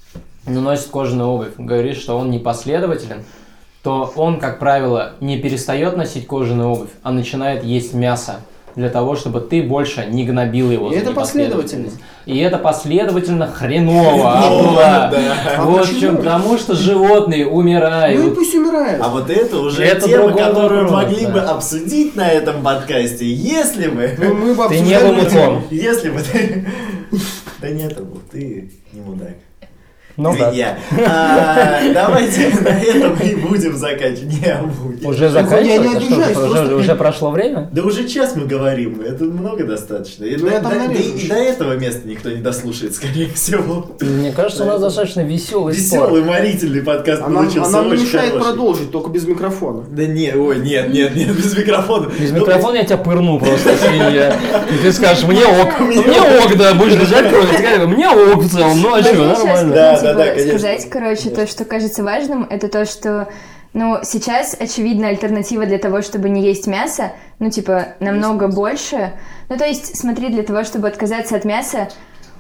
но носит кожаную обувь, говоришь, что он непоследователен, то он, как правило, не перестает носить кожаную обувь, а начинает есть мясо для того, чтобы ты больше не гнобил его. И за это непоследовательность. И это последовательно хреново, Абдулла. Вот в чем, потому что животные Ну и умирают. пусть умирают. А вот это уже Это тема, другой которую вопрос, могли да. бы обсудить на этом подкасте, если бы... Мы бы Ты не обсуждали был эту мудаком. Если бы ты... Да нет, ты не мудак. Ну да. Свинья. Давайте на этом и будем заканчивать. Не будем. Уже Я не заканчивается? обижаюсь, Что, просто уже прошло время? Да уже час мы говорим, это много достаточно. И Ну, я там да нарежу и еще. до этого места никто не дослушает, скорее всего. Мне кажется, у нас достаточно веселый спор. Веселый, уморительный подкаст А нам получился, не очень мешает хороший. продолжить, только без микрофона. Да нет, без микрофона. Без микрофона я тебя пырну просто, свинья. И ты скажешь: мне ок, да, будешь держать кровь. Ты скажешь: мне ок в целом, ну а что, Можно сейчас, нормально. Да, конечно. сказать, то, что кажется важным, это то, что, сейчас, очевидно, альтернатива для того, чтобы не есть мясо, намного больше. То есть, смотри, для того, чтобы отказаться от мяса,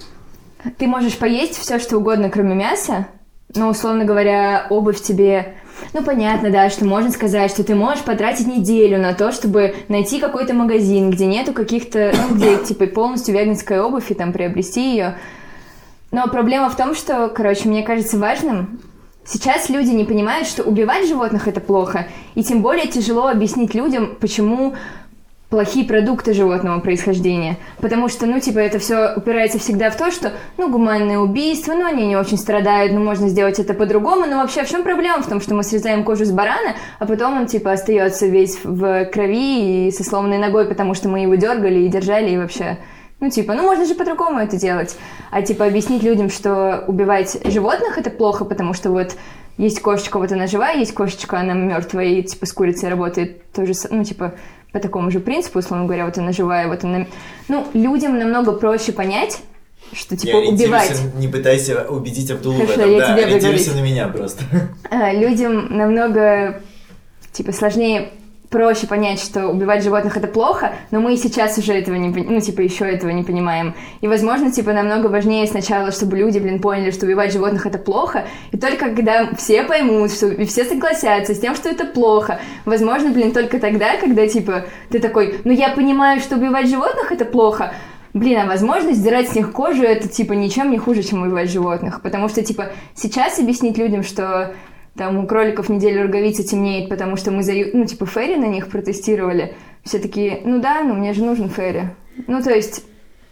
ты можешь поесть все, что угодно, кроме мяса, условно говоря, обувь тебе... понятно, да, что можно сказать, что ты можешь потратить неделю на то, чтобы найти какой-то магазин, где нету каких-то, где, полностью веганская обувь, и там приобрести ее. Но проблема в том, что, мне кажется важным, сейчас люди не понимают, что убивать животных – это плохо, и тем более тяжело объяснить людям, почему плохие продукты животного происхождения. Потому что, это все упирается всегда в то, что, гуманное убийство, они не очень страдают, можно сделать это по-другому, но вообще в чем проблема? В том, что мы срезаем кожу с барана, а потом он, остается весь в крови и со сломанной ногой, потому что мы его дергали и держали, и вообще... можно же по-другому это делать. А объяснить людям, что убивать животных это плохо, потому что есть кошечка, она живая, есть кошечка, она мертвая, и с курицей работает тоже, по такому же принципу, условно говоря, она живая, она... людям намного проще понять, что, убивать... Не пытайся убедить Абдуллу в Хорошо, этом, я да, тебе буду ориентируйся говорить. на меня просто. Людям намного, сложнее, проще понять, что убивать животных это плохо, но мы и сейчас уже этого не еще этого не понимаем. И, возможно, намного важнее сначала, чтобы люди, поняли, что убивать животных это плохо, и только когда все поймут, что и все согласятся с тем, что это плохо, возможно, только тогда, когда, ты такой: я понимаю, что убивать животных это плохо, а возможно, сдирать с них кожу это, ничем не хуже, чем убивать животных, потому что, сейчас объяснить людям, что у кроликов неделю роговица темнеет, потому что мы ферри на них протестировали. Все такие: мне же нужен ферри. То есть...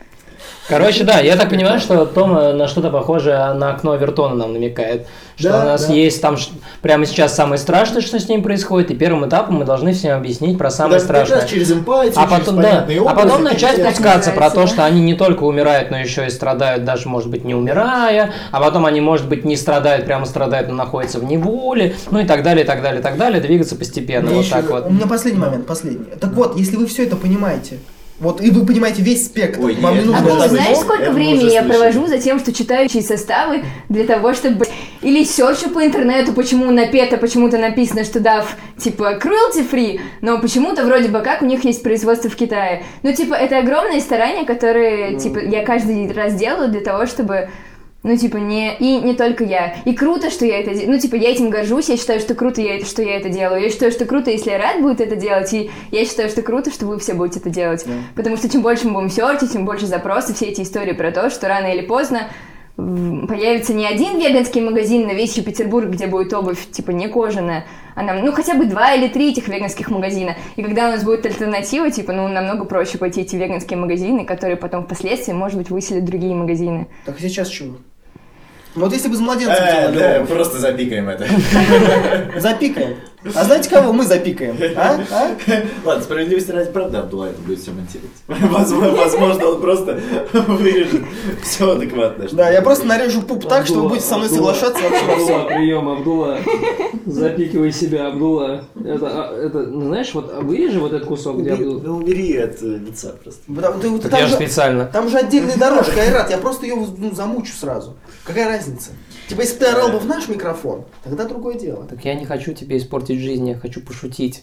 Короче, да, я так понимаю, что Том на что-то похожее на окно Овертона нам намекает. Что Да, у нас да. есть там прямо сейчас самое страшное, что с ним происходит, и первым этапом мы должны всем объяснить про самое Да, как страшное. раз через эмпатию, А через потом, да, понятные а образы, потом начать через- спускаться про то, Нравится, что они не только умирают, но еще и страдают, даже, может быть, не умирая, а потом они, может быть, не страдают, прямо страдают, но находятся в неволе, ну и так далее, и так далее, и так далее, двигаться постепенно, Мне вот еще- так вот. У меня последний момент, последний. Так вот, если вы все это понимаете, вот и вы понимаете весь спектр, Ой, вам не нет, нужно это А уже ты знаешь, было, сколько это мы времени уже я слышали. провожу за тем, что читаю чьи составы для того, чтобы... Или серчу по интернету, почему на пето почему-то написано, что DAF, типа, cruelty free, но почему-то вроде бы как у них есть производство в Китае. Ну, типа, это огромные старания, которые, типа, я каждый раз делаю для того, чтобы... Ну, типа, не только я. И круто, что я это делаю. Ну, типа, я этим горжусь, я считаю, что круто, что я это делаю. Я считаю, что круто, если Рад будет это делать, и я считаю, что круто, что вы все будете это делать. Потому что чем больше мы будем серчить, тем больше запросов, все эти истории про то, что рано или поздно появится не один веганский магазин на весь Петербург, где будет обувь, типа, не кожаная, а нам, ну, хотя бы 2 или 3 этих веганских магазина. И когда у нас будет альтернатива, типа, ну, намного проще пойти эти веганские магазины, которые потом впоследствии, может быть, выселят другие магазины. Так а сейчас чего? Вот если бы из младенцев делали Да, обувь, просто запикаем это. запикаем. А знаете, кого мы запикаем? А? Ладно, справедливости ради, правда, Абдулла это будет все монтировать. Возможно, он просто вырежет все адекватное. Да, я просто нарежу пуп так, что вы будете со мной соглашаться вообще во Абдулла, всем. прием, Абдулла. Запикивай себя, Абдулла. Это, ну, знаешь, вот вырежи вот этот кусок, где Абдулла. Ну, убери от лица просто. Так я же специально. Там же отдельная дорожка, Айрат, я просто ее замучу сразу. Какая разница? Типа, если бы ты орал бы в наш микрофон, тогда другое дело. Так я не хочу тебе испортить жизнь, я хочу пошутить.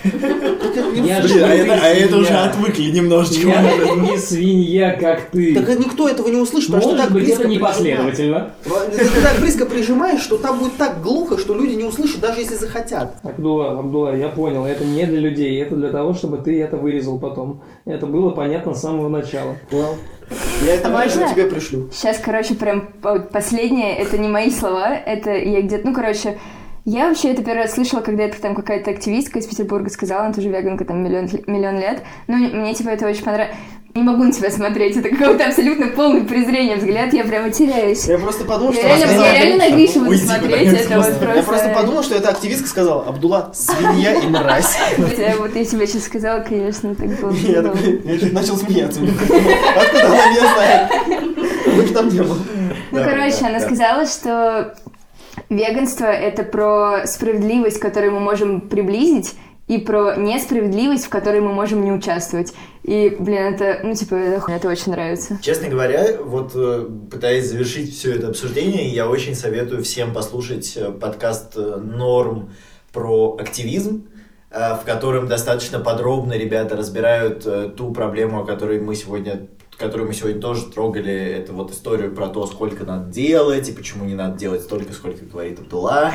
Я Блин, а это уже отвыкли немножечко. Я не свинья, как ты. Так никто этого не услышит, потому что Может так быть, близко это непоследовательно. Ты так близко прижимаешь, что там будет так глухо, что люди не услышат, даже если захотят. Абдулла, я понял, это не для людей, это для того, чтобы ты это вырезал потом. Это было понятно с самого начала. Я это Можно? тебе пришлю. Сейчас, короче, прям последнее, это не мои слова, это я где-то, ну, короче, я вообще это первый раз слышала, когда это там какая-то активистка из Петербурга сказала, она тоже веганка там миллион лет, ну, мне типа это очень понравилось. Не могу на тебя смотреть, это какое-то абсолютно полное презрение взгляд, я прямо теряюсь. Я просто подумал, что Я реально на Гришу буду Уйди смотреть, куда-нибудь это вот просто... Я просто подумал, что эта активистка сказала: Абдулла, свинья и мразь. Хотя вот я тебе сейчас сказала, конечно, так было. Я чуть начал смеяться. Откуда она меня знает? Вы же там не был. Ну, короче, она сказала, что веганство — это про справедливость, которую мы можем приблизить, и про несправедливость, в которой мы можем не участвовать. И, блин, это, ну, типа, мне это очень нравится. Честно говоря, вот пытаясь завершить все это обсуждение, я очень советую всем послушать подкаст «Норм» про активизм, в котором достаточно подробно ребята разбирают ту проблему, которую мы сегодня тоже трогали. Это вот историю про то, сколько надо делать и почему не надо делать столько, сколько говорит Абдулла.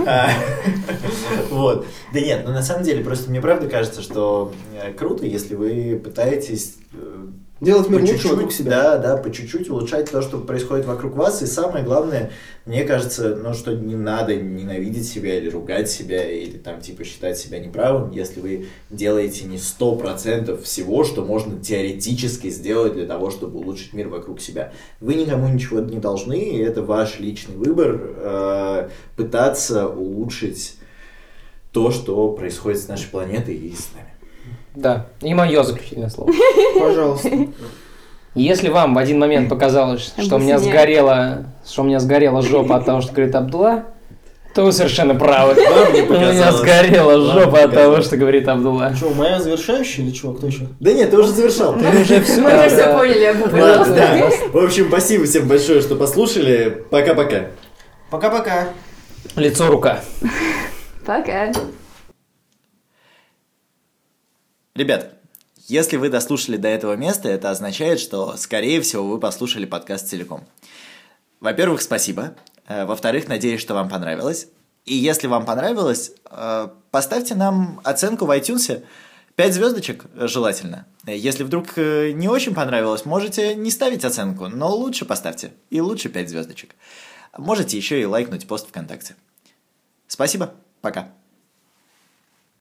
Вот. Да нет, но на самом деле просто мне правда кажется, что круто, если вы пытаетесь Делать мир по лучше вокруг чуть-чуть, себя. да, по чуть-чуть улучшать то, что происходит вокруг вас. И самое главное, мне кажется, ну, что не надо ненавидеть себя или ругать себя, или там типа считать себя неправым, если вы делаете не 100% всего, что можно теоретически сделать для того, чтобы улучшить мир вокруг себя. Вы никому ничего не должны, и это ваш личный выбор пытаться улучшить то, что происходит с нашей планетой и с нами. Да, и мое заключительное слово. Пожалуйста. Если вам в один момент показалось, что у меня сгорела жопа от того, что говорит Абдулла, то вы совершенно правы. Вам не У меня показалось. сгорела Вам жопа от того, показалось. что говорит Абдулла. Что, моя завершающая или чего? Кто еще? Да нет, ты уже завершал. Ты уже все. Мы уже все поняли об этом. Ладно, да. В общем, спасибо всем большое, что послушали. Пока-пока. Пока-пока. Лицо, рука. Пока. Ребята, если вы дослушали до этого места, это означает, что, скорее всего, вы послушали подкаст целиком. Во-первых, спасибо. Во-вторых, надеюсь, что вам понравилось. И если вам понравилось, поставьте нам оценку в iTunes. 5 звездочек желательно. Если вдруг не очень понравилось, можете не ставить оценку, но лучше поставьте. И лучше 5 звездочек. Можете еще и лайкнуть пост ВКонтакте. Спасибо. Пока.